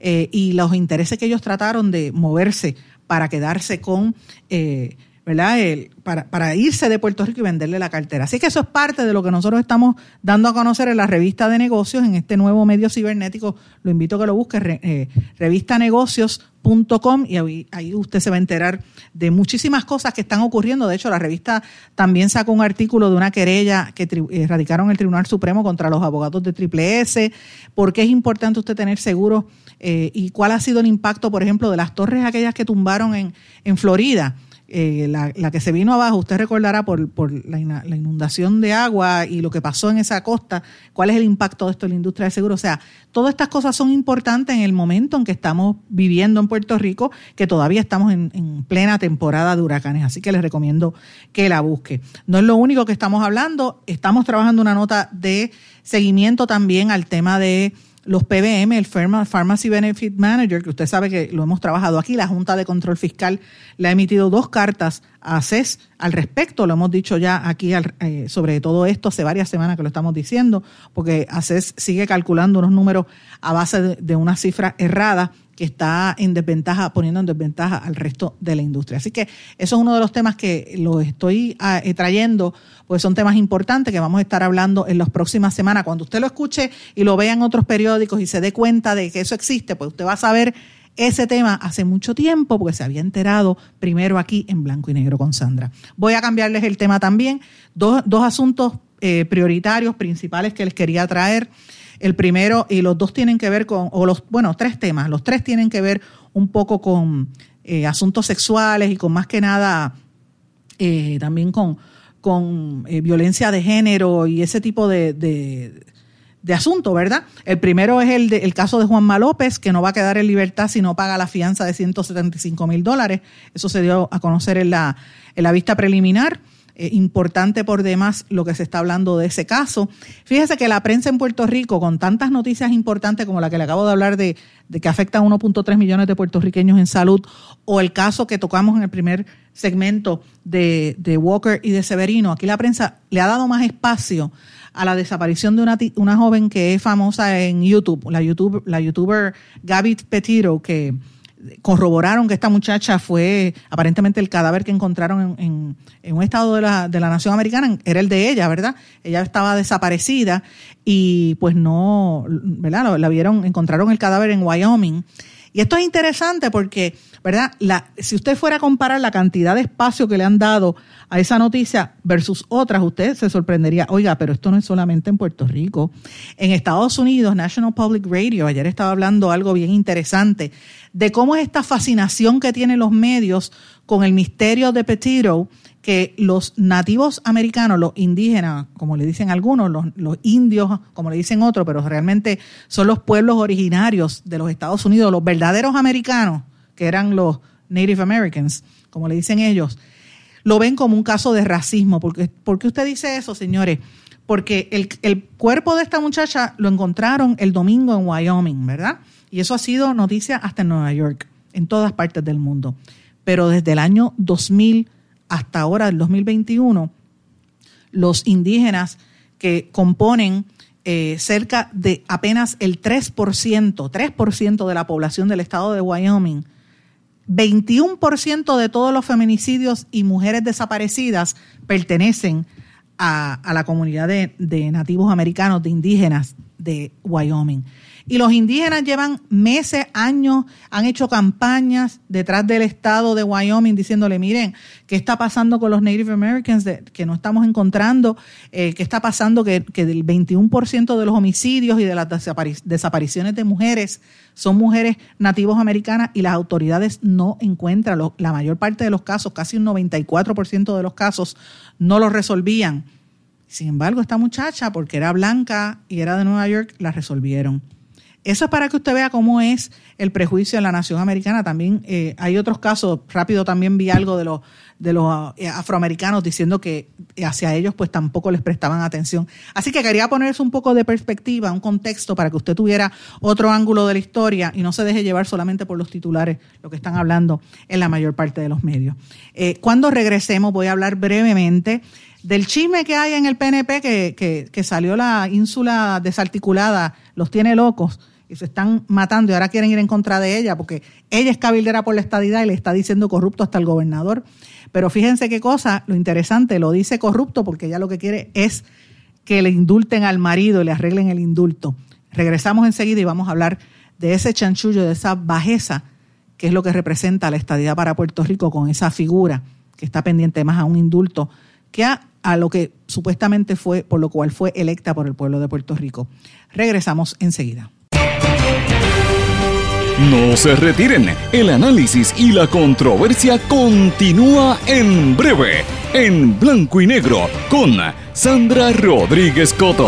y los intereses que ellos trataron de moverse para quedarse con, ¿verdad?, para irse de Puerto Rico y venderle la cartera. Así que eso es parte de lo que nosotros estamos dando a conocer en la revista de negocios, en este nuevo medio cibernético. Lo invito a que lo busque, revistanegocios.com. .com, y ahí usted se va a enterar de muchísimas cosas que están ocurriendo. De hecho, la revista también sacó un artículo de una querella que radicaron el Tribunal Supremo contra los abogados de Triple S. ¿Por qué es importante usted tener seguro? Y cuál ha sido el impacto, por ejemplo, de las torres aquellas que tumbaron en Florida. La que se vino abajo, usted recordará por la inundación de agua y lo que pasó en esa costa, cuál es el impacto de esto en la industria del seguro. O sea, todas estas cosas son importantes en el momento en que estamos viviendo en Puerto Rico, que todavía estamos en plena temporada de huracanes, así que les recomiendo que la busque. No es lo único que estamos hablando, estamos trabajando una nota de seguimiento también al tema de los PBM, el Pharmacy Benefit Manager, que usted sabe que lo hemos trabajado aquí. La Junta de Control Fiscal le ha emitido 2 cartas a ACES al respecto. Lo hemos dicho ya aquí sobre todo esto hace varias semanas que lo estamos diciendo, porque ACES sigue calculando unos números a base de una cifra errada que está en desventaja, poniendo en desventaja al resto de la industria. Así que eso es uno de los temas que lo estoy trayendo, pues son temas importantes que vamos a estar hablando en las próximas semanas. Cuando usted lo escuche y lo vea en otros periódicos y se dé cuenta de que eso existe, pues usted va a saber ese tema hace mucho tiempo, porque se había enterado primero aquí en Blanco y Negro con Sandra. Voy a cambiarles el tema también. Dos asuntos prioritarios, principales que les quería traer. El primero, y los dos tienen que ver con, 3 temas. Los 3 tienen que ver un poco con asuntos sexuales y con más que nada también con violencia de género y ese tipo de asunto, ¿verdad? El primero es el caso de Juanma López, que no va a quedar en libertad si no paga la fianza de $175,000. Eso se dio a conocer en la vista preliminar. Importante por demás lo que se está hablando de ese caso. Fíjese que la prensa en Puerto Rico, con tantas noticias importantes como la que le acabo de hablar de que afecta a 1.3 millones de puertorriqueños en salud, o el caso que tocamos en el primer segmento de Walker y de Severino, aquí la prensa le ha dado más espacio a la desaparición de una joven que es famosa en YouTube, la youtuber Gabby Petito, que corroboraron que esta muchacha fue, aparentemente el cadáver que encontraron en un estado de la nación americana era el de ella, ¿verdad? Ella estaba desaparecida y pues no, ¿verdad? Encontraron el cadáver en Wyoming. Y esto es interesante porque, ¿verdad? Si usted fuera a comparar la cantidad de espacio que le han dado a esa noticia versus otras, usted se sorprendería. Oiga, pero esto no es solamente en Puerto Rico. En Estados Unidos, National Public Radio, ayer estaba hablando algo bien interesante de cómo es esta fascinación que tienen los medios con el misterio de Petito, que los nativos americanos, los indígenas, como le dicen algunos, los indios, como le dicen otros, pero realmente son los pueblos originarios de los Estados Unidos, los verdaderos americanos, que eran los Native Americans, como le dicen ellos, lo ven como un caso de racismo. ¿Por qué usted dice eso, señores? Porque el cuerpo de esta muchacha lo encontraron el domingo en Wyoming, ¿verdad? Y eso ha sido noticia hasta en Nueva York, en todas partes del mundo. Pero desde el año 2000 hasta ahora, el 2021, los indígenas que componen cerca de apenas el 3% de la población del estado de Wyoming, 21% de todos los feminicidios y mujeres desaparecidas pertenecen a la comunidad de nativos americanos, de indígenas de Wyoming. Y los indígenas llevan meses, años, han hecho campañas detrás del estado de Wyoming diciéndole, miren, ¿qué está pasando con los Native Americans que no estamos encontrando? ¿Qué está pasando? Que del 21% de los homicidios y de las desapariciones de mujeres son mujeres nativos americanas y las autoridades no encuentran. La mayor parte de los casos, casi un 94% de los casos, no los resolvían. Sin embargo, esta muchacha, porque era blanca y era de Nueva York, la resolvieron. Eso es para que usted vea cómo es el prejuicio en la nación americana. También hay otros casos, rápido también vi algo de los afroamericanos diciendo que hacia ellos pues tampoco les prestaban atención. Así que quería ponerse un poco de perspectiva, un contexto para que usted tuviera otro ángulo de la historia y no se deje llevar solamente por los titulares, lo que están hablando en la mayor parte de los medios. Cuando regresemos voy a hablar brevemente del chisme que hay en el PNP que salió la ínsula desarticulada, los tiene locos y se están matando y ahora quieren ir en contra de ella porque ella es cabildera por la estadidad y le está diciendo corrupto hasta el gobernador. Pero fíjense qué cosa, lo interesante, lo dice corrupto porque ella lo que quiere es que le indulten al marido y le arreglen el indulto. Regresamos enseguida y vamos a hablar de ese chanchullo, de esa bajeza qué es lo que representa la estadidad para Puerto Rico con esa figura que está pendiente más a un indulto que a lo que supuestamente fue, por lo cual fue electa por el pueblo de Puerto Rico. Regresamos enseguida. No se retiren, el análisis y la controversia continúa en breve, en Blanco y Negro, con Sandra Rodríguez Coto.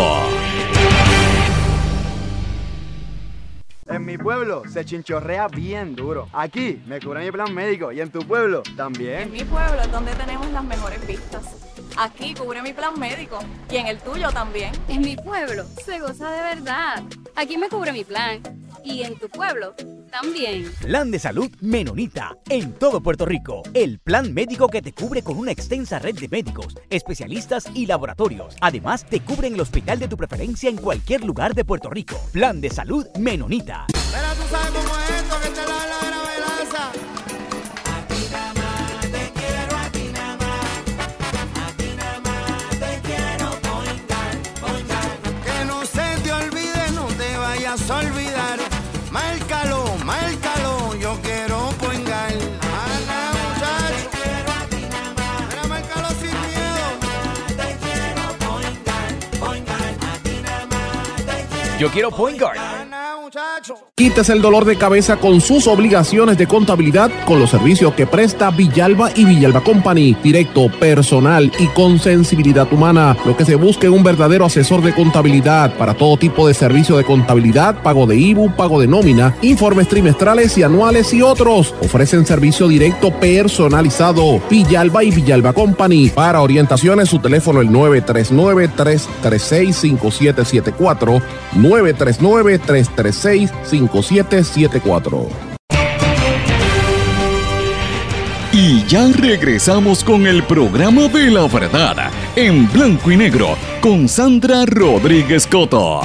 En mi pueblo se chinchorrea bien duro. Aquí me cubre mi plan médico y en tu pueblo también. En mi pueblo es donde tenemos las mejores vistas. Aquí cubre mi plan médico y en el tuyo también. En mi pueblo se goza de verdad. Aquí me cubre mi plan y en tu pueblo también. Plan de Salud Menonita en todo Puerto Rico. El plan médico que te cubre con una extensa red de médicos, especialistas y laboratorios. Además, te cubre en el hospital de tu preferencia en cualquier lugar de Puerto Rico. Plan de Salud Menonita. Pero tú sabes cómo es esto, que te da la gravelaza. Aquí nada más te quiero, aquí nada más. Aquí nada más te quiero poingar. Que no se te olvide, no te vayas a olvidar. Márcalo, yo quiero poingar. Ana, muchacho. Te quiero a ti nada más. Mira, márcalo sin miedo. Te quiero poingar. A ti nada más te quiero. Yo quiero Point Guard. Quítese el dolor de cabeza con sus obligaciones de contabilidad con los servicios que presta Villalba y Villalba Company. Directo, personal y con sensibilidad humana. Lo que se busca es un verdadero asesor de contabilidad para todo tipo de servicio de contabilidad, pago de IBU, pago de nómina, informes trimestrales y anuales y otros. Ofrecen servicio directo personalizado. Villalba y Villalba Company. Para orientaciones, su teléfono el 939-336-5774. 939-336-5774. Y ya regresamos con el programa de la verdad, en Blanco y Negro, con Sandra Rodríguez Coto.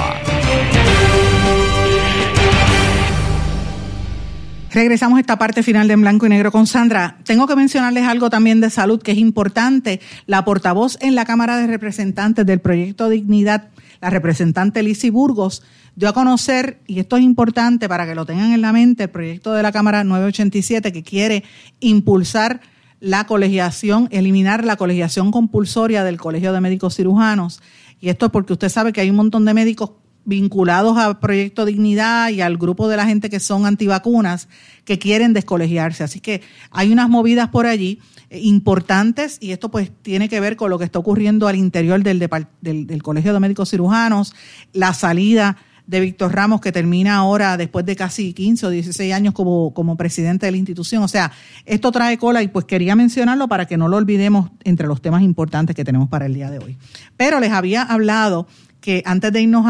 Regresamos a esta parte final de En Blanco y Negro con Sandra. Tengo que mencionarles algo también de salud que es importante. La portavoz en la Cámara de Representantes del Proyecto Dignidad, la representante Lizy Burgos, dio a conocer, y esto es importante para que lo tengan en la mente, el proyecto de la Cámara 987 que quiere impulsar la colegiación, eliminar la colegiación compulsoria del Colegio de Médicos Cirujanos. Y esto es porque usted sabe que hay un montón de médicos vinculados al Proyecto Dignidad y al grupo de la gente que son antivacunas que quieren descolegiarse. Así que hay unas movidas por allí importantes y esto pues tiene que ver con lo que está ocurriendo al interior del Colegio de Médicos Cirujanos, la salida de Víctor Ramos, que termina ahora después de casi 15 o 16 años como presidente de la institución. O sea, esto trae cola y pues quería mencionarlo para que no lo olvidemos entre los temas importantes que tenemos para el día de hoy. Pero les había hablado que antes de irnos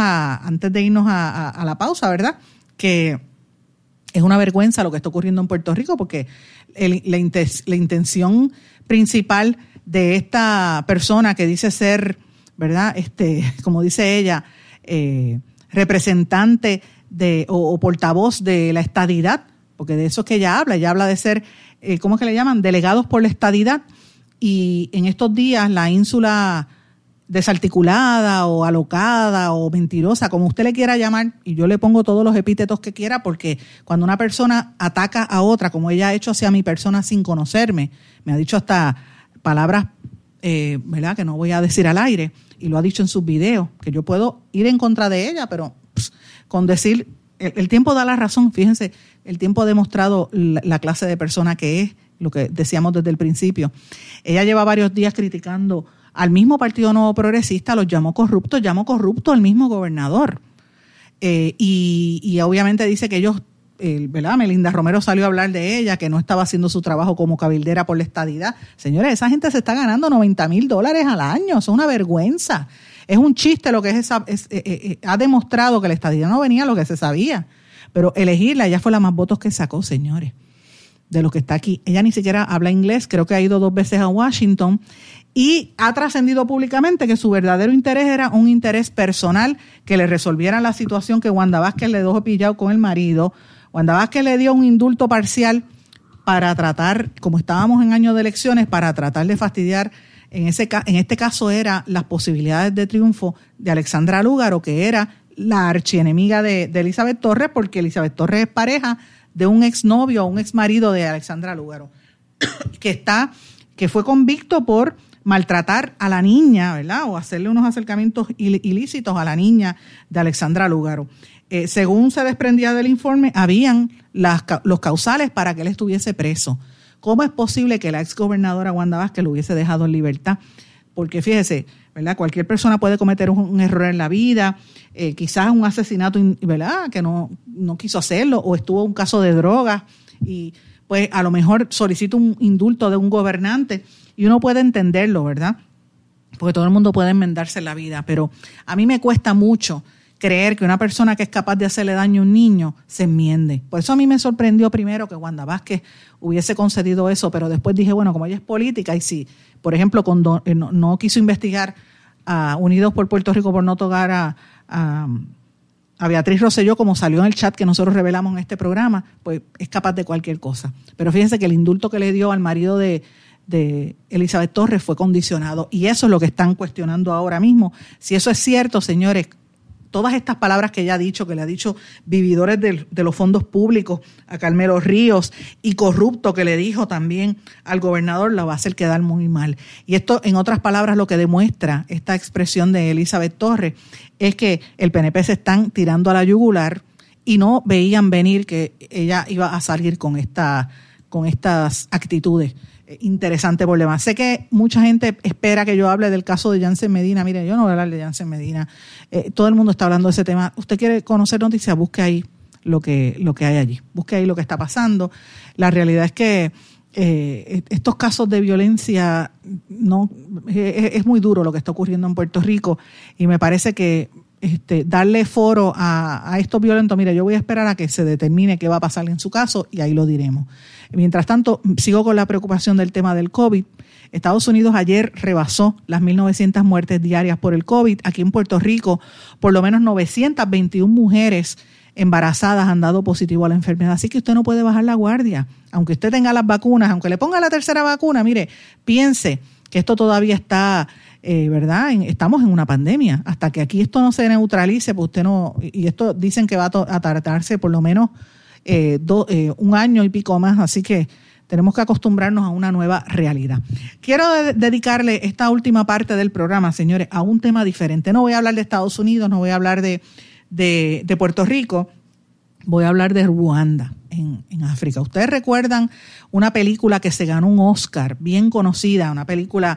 a la pausa, ¿verdad? Que es una vergüenza lo que está ocurriendo en Puerto Rico, porque la intención principal de esta persona que dice ser, ¿verdad? Como dice ella, representante o portavoz de la estadidad, porque de eso es que ella habla de ser, ¿cómo es que le llaman? Delegados por la estadidad. Y en estos días la ínsula desarticulada o alocada o mentirosa, como usted le quiera llamar, y yo le pongo todos los epítetos que quiera, porque cuando una persona ataca a otra, como ella ha hecho hacia mi persona sin conocerme, me ha dicho hasta palabras, ¿verdad?, que no voy a decir al aire, y lo ha dicho en sus videos, que yo puedo ir en contra de ella, pero con decir, el tiempo da la razón. Fíjense, el tiempo ha demostrado la clase de persona que es, lo que decíamos desde el principio. Ella lleva varios días criticando al mismo Partido Nuevo Progresista, los llamó corrupto al mismo gobernador. Y obviamente dice que ellos, ¿verdad? Melinda Romero salió a hablar de ella, que no estaba haciendo su trabajo como cabildera por la estadidad. Señores, esa gente se está ganando $90,000 al año, es una vergüenza. Es un chiste lo que es esa. Ha demostrado que la estadidad no venía lo que se sabía, pero elegirla, ella fue la más votos que sacó, señores, de lo que está aquí. Ella ni siquiera habla inglés, creo que ha ido 2 veces a Washington, y ha trascendido públicamente que su verdadero interés era un interés personal, que le resolvieran la situación que Wanda Vázquez le dejó pillado con el marido. Wanda Vázquez le dio un indulto parcial para tratar, como estábamos en año de elecciones, para tratar de fastidiar, en este caso era las posibilidades de triunfo de Alexandra Lúgaro, que era la archienemiga de Elizabeth Torres, porque Elizabeth Torres es pareja de un exnovio o un exmarido de Alexandra Lúgaro, que fue convicto por maltratar a la niña, ¿verdad? O hacerle unos acercamientos ilícitos a la niña de Alexandra Lúgaro. Según se desprendía del informe, habían los causales para que él estuviese preso. ¿Cómo es posible que la exgobernadora Wanda Vázquez lo hubiese dejado en libertad? Porque fíjese, ¿verdad? Cualquier persona puede cometer un error en la vida, quizás un asesinato, ¿verdad? Que no quiso hacerlo, o estuvo un caso de drogas y pues a lo mejor solicita un indulto de un gobernante y uno puede entenderlo, ¿verdad? Porque todo el mundo puede enmendarse en la vida, pero a mí me cuesta mucho creer que una persona que es capaz de hacerle daño a un niño se enmiende. Por eso a mí me sorprendió primero que Wanda Vázquez hubiese concedido eso, pero después dije, bueno, como ella es política y si, por ejemplo, no quiso investigar a Unidos por Puerto Rico por no tocar a Beatriz Rosselló, como salió en el chat que nosotros revelamos en este programa, pues es capaz de cualquier cosa. Pero fíjense que el indulto que le dio al marido de Elizabeth Torres fue condicionado, y eso es lo que están cuestionando ahora mismo. Si eso es cierto, señores, todas estas palabras que ella ha dicho, que le ha dicho vividores de los fondos públicos a Carmelo Ríos y corrupto que le dijo también al gobernador, la va a hacer quedar muy mal. Y esto, en otras palabras, lo que demuestra esta expresión de Elizabeth Torres es que el PNP se están tirando a la yugular y no veían venir que ella iba a salir con estas actitudes. Interesante problema. Sé que mucha gente espera que yo hable del caso de Jansen Medina. Mire, yo no voy a hablar de Jansen Medina. Todo el mundo está hablando de ese tema. Usted quiere conocer noticias, busque ahí lo que hay allí. Busque ahí lo que está pasando. La realidad es que estos casos de violencia es muy duro lo que está ocurriendo en Puerto Rico, y me parece que darle foro a estos violentos, mire, yo voy a esperar a que se determine qué va a pasar en su caso y ahí lo diremos. Mientras tanto, sigo con la preocupación del tema del COVID. Estados Unidos ayer rebasó las 1.900 muertes diarias por el COVID. Aquí en Puerto Rico, por lo menos 921 mujeres embarazadas han dado positivo a la enfermedad. Así que usted no puede bajar la guardia. Aunque usted tenga las vacunas, aunque le ponga la tercera vacuna, mire, piense que esto todavía está... ¿verdad? Estamos en una pandemia. Hasta que aquí esto no se neutralice, pues usted no... Y esto dicen que va a tardarse por lo menos un año y pico más, así que tenemos que acostumbrarnos a una nueva realidad. Quiero dedicarle esta última parte del programa, señores, a un tema diferente. No voy a hablar de Estados Unidos, no voy a hablar de Puerto Rico, voy a hablar de Ruanda, en África. Ustedes recuerdan una película que se ganó un Oscar, bien conocida, una película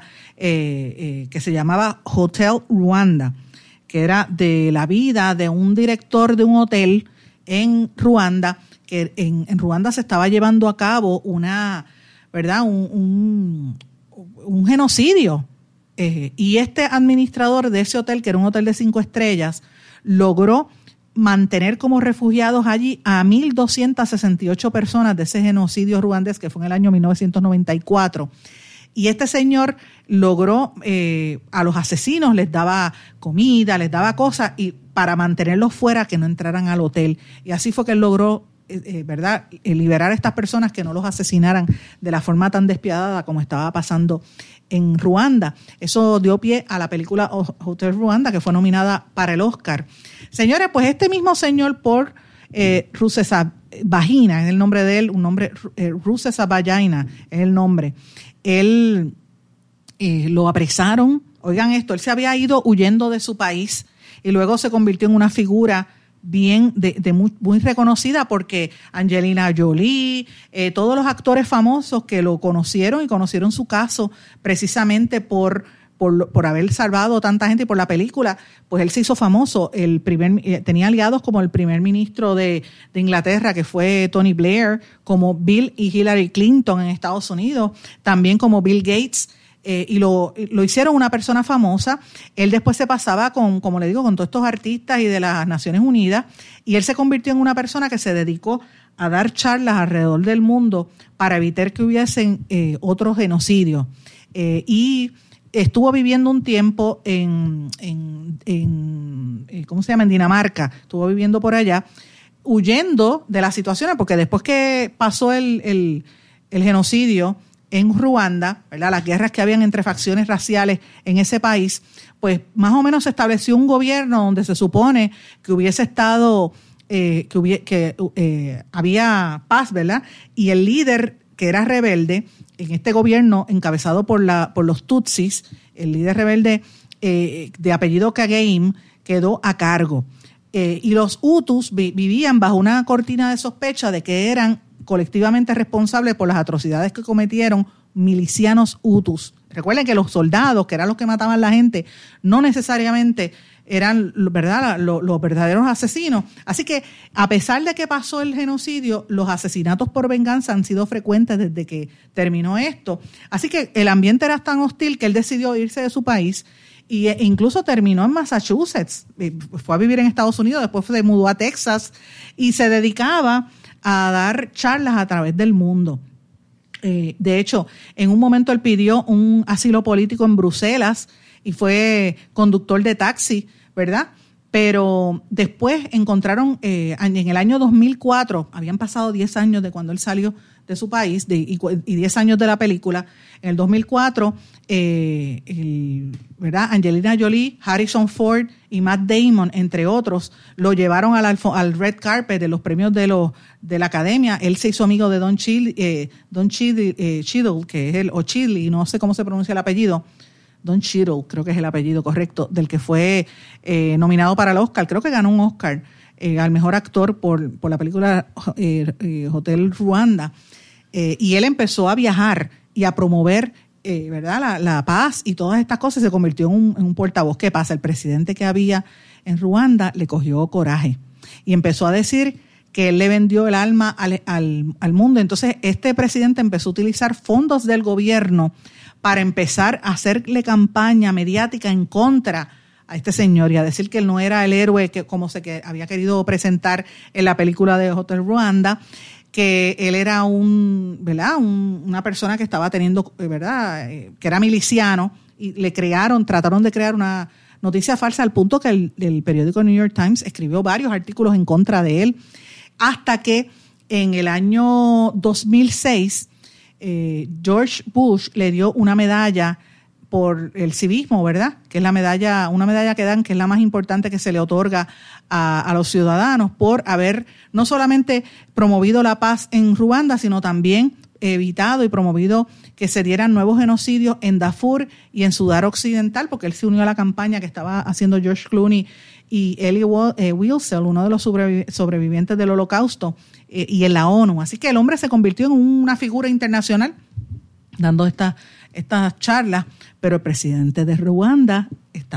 que se llamaba Hotel Ruanda, que era de la vida de un director de un hotel en Ruanda, que en Ruanda se estaba llevando a cabo ¿verdad? un genocidio. Y este administrador de ese hotel, que era un hotel de 5 estrellas, logró mantener como refugiados allí a 1.268 personas de ese genocidio ruandés que fue en el año 1994. Y este señor logró, a los asesinos les daba comida, les daba cosas y para mantenerlos fuera, que no entraran al hotel. Y así fue que él logró, ¿verdad?, liberar a estas personas, que no los asesinaran de la forma tan despiadada como estaba pasando en Ruanda. Eso dio pie a la película Hotel Ruanda, que fue nominada para el Oscar. Señores, pues este mismo señor Paul Rusesabagina, es el nombre de él, un nombre, Rusesabagina es el nombre. Él lo apresaron, oigan esto, él se había ido huyendo de su país y luego se convirtió en una figura bien muy reconocida, porque Angelina Jolie, todos los actores famosos que lo conocieron y conocieron su caso precisamente por haber salvado a tanta gente y por la película, pues él se hizo famoso. Tenía aliados como el primer ministro de Inglaterra, que fue Tony Blair, como Bill y Hillary Clinton en Estados Unidos, también como Bill Gates, y lo hicieron una persona famosa. Él después se pasaba como le digo, con todos estos artistas y de las Naciones Unidas, y él se convirtió en una persona que se dedicó a dar charlas alrededor del mundo para evitar que hubiesen otros genocidios. Y estuvo viviendo un tiempo en ¿cómo se llama? En Dinamarca. Estuvo viviendo por allá, huyendo de las situaciones, porque después que pasó el genocidio en Ruanda, ¿verdad?, las guerras que habían entre facciones raciales en ese país, pues más o menos se estableció un gobierno donde se supone que hubiese estado había paz, ¿verdad? Y el líder que era rebelde en este gobierno encabezado por los Tutsis, el líder rebelde de apellido Kagame, quedó a cargo. Y los Hutus vivían bajo una cortina de sospecha de que eran colectivamente responsables por las atrocidades que cometieron milicianos Hutus. Recuerden que los soldados, que eran los que mataban a la gente, no necesariamente eran, ¿verdad?, los verdaderos asesinos. Así que, a pesar de que pasó el genocidio, los asesinatos por venganza han sido frecuentes desde que terminó esto. Así que el ambiente era tan hostil que él decidió irse de su país e incluso terminó en Massachusetts. Fue a vivir en Estados Unidos, después se mudó a Texas y se dedicaba a dar charlas a través del mundo. De hecho, en un momento él pidió un asilo político en Bruselas y fue conductor de taxi, ¿verdad? Pero después encontraron, en el año 2004, habían pasado 10 años de cuando él salió de su país y 10 años de la película. En el 2004, ¿verdad? Angelina Jolie, Harrison Ford y Matt Damon, entre otros, lo llevaron al red carpet de los premios de la Academia. Él se hizo amigo de Don Cheadle, que es o Chidley, no sé cómo se pronuncia el apellido. Don Cheadle, creo que es el apellido correcto, del que fue nominado para el Oscar. Creo que ganó un Oscar al mejor actor por la película Hotel Rwanda. Y él empezó a viajar y a promover ¿verdad? La paz y todas estas cosas. Se convirtió en un portavoz. ¿Qué pasa? El presidente que había en Ruanda le cogió coraje y empezó a decir que él le vendió el alma al mundo. Entonces este presidente empezó a utilizar fondos del gobierno para empezar a hacerle campaña mediática en contra a este señor y a decir que él no era el héroe que había querido presentar en la película de Hotel Rwanda, que él era una persona que estaba teniendo, ¿verdad?, que era miliciano, y trataron de crear una noticia falsa al punto que el periódico New York Times escribió varios artículos en contra de él, hasta que en el año 2006 George Bush le dio una medalla por el civismo, ¿verdad? Que es una medalla que dan, que es la más importante que se le otorga a los ciudadanos por haber no solamente promovido la paz en Ruanda, sino también evitado y promovido que se dieran nuevos genocidios en Darfur y en Sudán Occidental, porque él se unió a la campaña que estaba haciendo George Clooney y Elie Wiesel, uno de los sobrevivientes del Holocausto, y en la ONU. Así que el hombre se convirtió en una figura internacional dando estas charlas, pero el presidente de Ruanda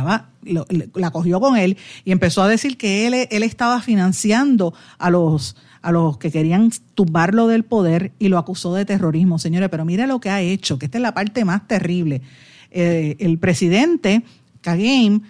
la cogió con él y empezó a decir que él estaba financiando a los que querían tumbarlo del poder y lo acusó de terrorismo. Señores, pero mire lo que ha hecho, que esta es la parte más terrible. El presidente Kagame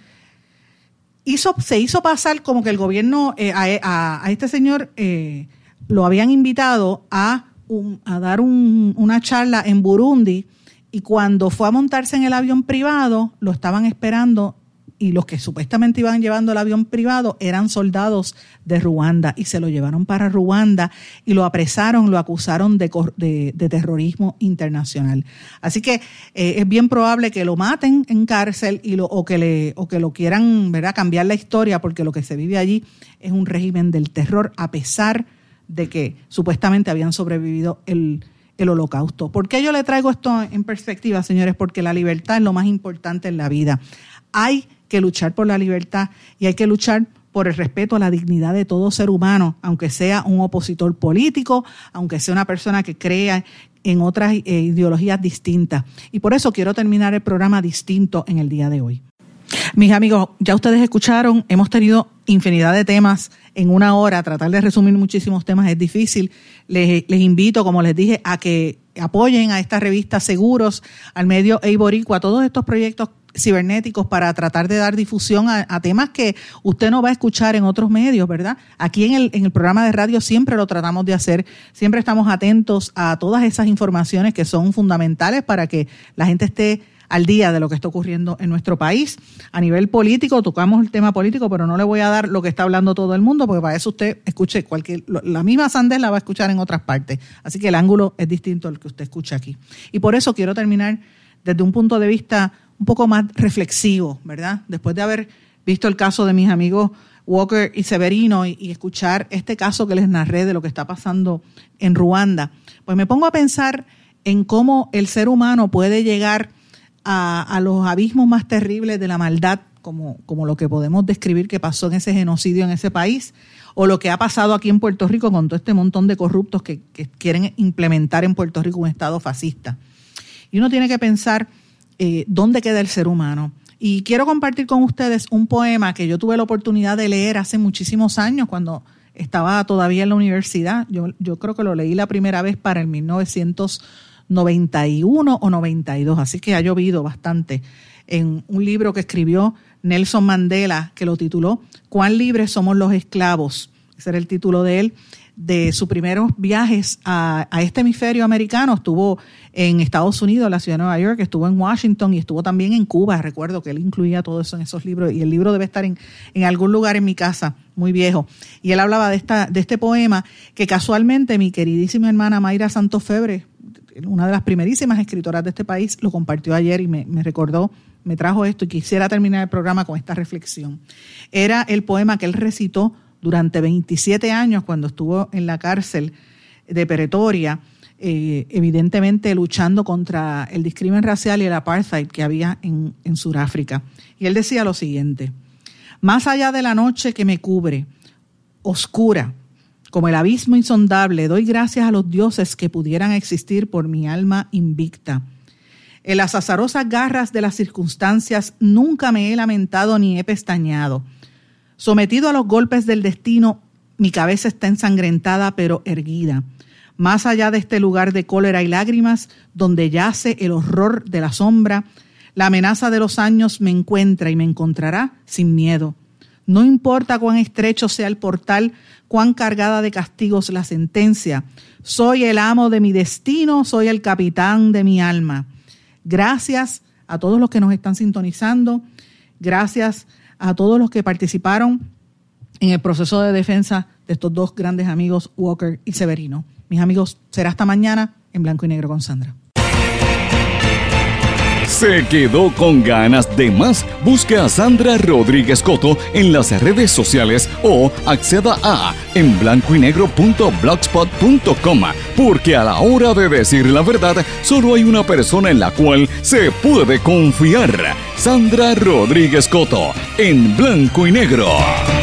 se hizo pasar como que el gobierno a este señor lo habían invitado a dar una charla en Burundi, y cuando fue a montarse en el avión privado lo estaban esperando, y los que supuestamente iban llevando el avión privado eran soldados de Ruanda y se lo llevaron para Ruanda y lo apresaron, lo acusaron de terrorismo internacional. Así que es bien probable que lo maten en cárcel o que lo quieran, ¿verdad?, cambiar la historia, porque lo que se vive allí es un régimen del terror, a pesar de que supuestamente habían sobrevivido el Holocausto. ¿Por qué yo le traigo esto en perspectiva, señores? Porque la libertad es lo más importante en la vida. Hay que luchar por la libertad y hay que luchar por el respeto a la dignidad de todo ser humano, aunque sea un opositor político, aunque sea una persona que crea en otras ideologías distintas. Y por eso quiero terminar el programa distinto en el día de hoy. Mis amigos, ya ustedes escucharon, hemos tenido infinidad de temas en una hora. Tratar de resumir muchísimos temas es difícil. Les invito, como les dije, a que apoyen a esta revista Seguros, al medio Eiboricua, a todos estos proyectos cibernéticos para tratar de dar difusión a temas que usted no va a escuchar en otros medios, ¿verdad? Aquí en el programa de radio siempre lo tratamos de hacer, siempre estamos atentos a todas esas informaciones que son fundamentales para que la gente esté al día de lo que está ocurriendo en nuestro país. A nivel político, tocamos el tema político, pero no le voy a dar lo que está hablando todo el mundo, porque para eso usted escuche la misma sandez la va a escuchar en otras partes. Así que el ángulo es distinto al que usted escucha aquí. Y por eso quiero terminar desde un punto de vista un poco más reflexivo, ¿verdad? Después de haber visto el caso de mis amigos Walker y Severino y escuchar este caso que les narré de lo que está pasando en Ruanda, pues me pongo a pensar en cómo el ser humano puede llegar a los abismos más terribles de la maldad, como lo que podemos describir que pasó en ese genocidio en ese país, o lo que ha pasado aquí en Puerto Rico con todo este montón de corruptos que quieren implementar en Puerto Rico un estado fascista. Y uno tiene que pensar dónde queda el ser humano. Y quiero compartir con ustedes un poema que yo tuve la oportunidad de leer hace muchísimos años, cuando estaba todavía en la universidad. Yo creo que lo leí la primera vez para el 1991 o 92, así que ha llovido bastante, en un libro que escribió Nelson Mandela, que lo tituló ¿Cuán libres somos los esclavos? Ese era el título de él, de sus primeros viajes a este hemisferio americano. Estuvo en Estados Unidos, en la ciudad de Nueva York, estuvo en Washington y estuvo también en Cuba. Recuerdo que él incluía todo eso en esos libros, y el libro debe estar en algún lugar en mi casa, muy viejo. Y él hablaba de este poema que casualmente mi queridísima hermana Mayra Santofebre, una de las primerísimas escritoras de este país, lo compartió ayer y me recordó, me trajo esto, y quisiera terminar el programa con esta reflexión. Era el poema que él recitó durante 27 años cuando estuvo en la cárcel de Pretoria, evidentemente luchando contra el discrimen racial y el apartheid que había en Sudáfrica. Y él decía lo siguiente: más allá de la noche que me cubre, oscura, como el abismo insondable, doy gracias a los dioses que pudieran existir por mi alma invicta. En las azarosas garras de las circunstancias nunca me he lamentado ni he pestañeado. Sometido a los golpes del destino, mi cabeza está ensangrentada pero erguida. Más allá de este lugar de cólera y lágrimas, donde yace el horror de la sombra, la amenaza de los años me encuentra y me encontrará sin miedo. No importa cuán estrecho sea el portal, cuán cargada de castigos la sentencia. Soy el amo de mi destino, soy el capitán de mi alma. Gracias a todos los que nos están sintonizando. Gracias a todos los que participaron en el proceso de defensa de estos dos grandes amigos, Walker y Severino. Mis amigos, será hasta mañana en Blanco y Negro con Sandra. ¿Se quedó con ganas de más? Busque a Sandra Rodríguez Coto en las redes sociales o acceda a enblancoynegro.blogspot.com, porque a la hora de decir la verdad, solo hay una persona en la cual se puede confiar. Sandra Rodríguez Coto, en Blanco y Negro.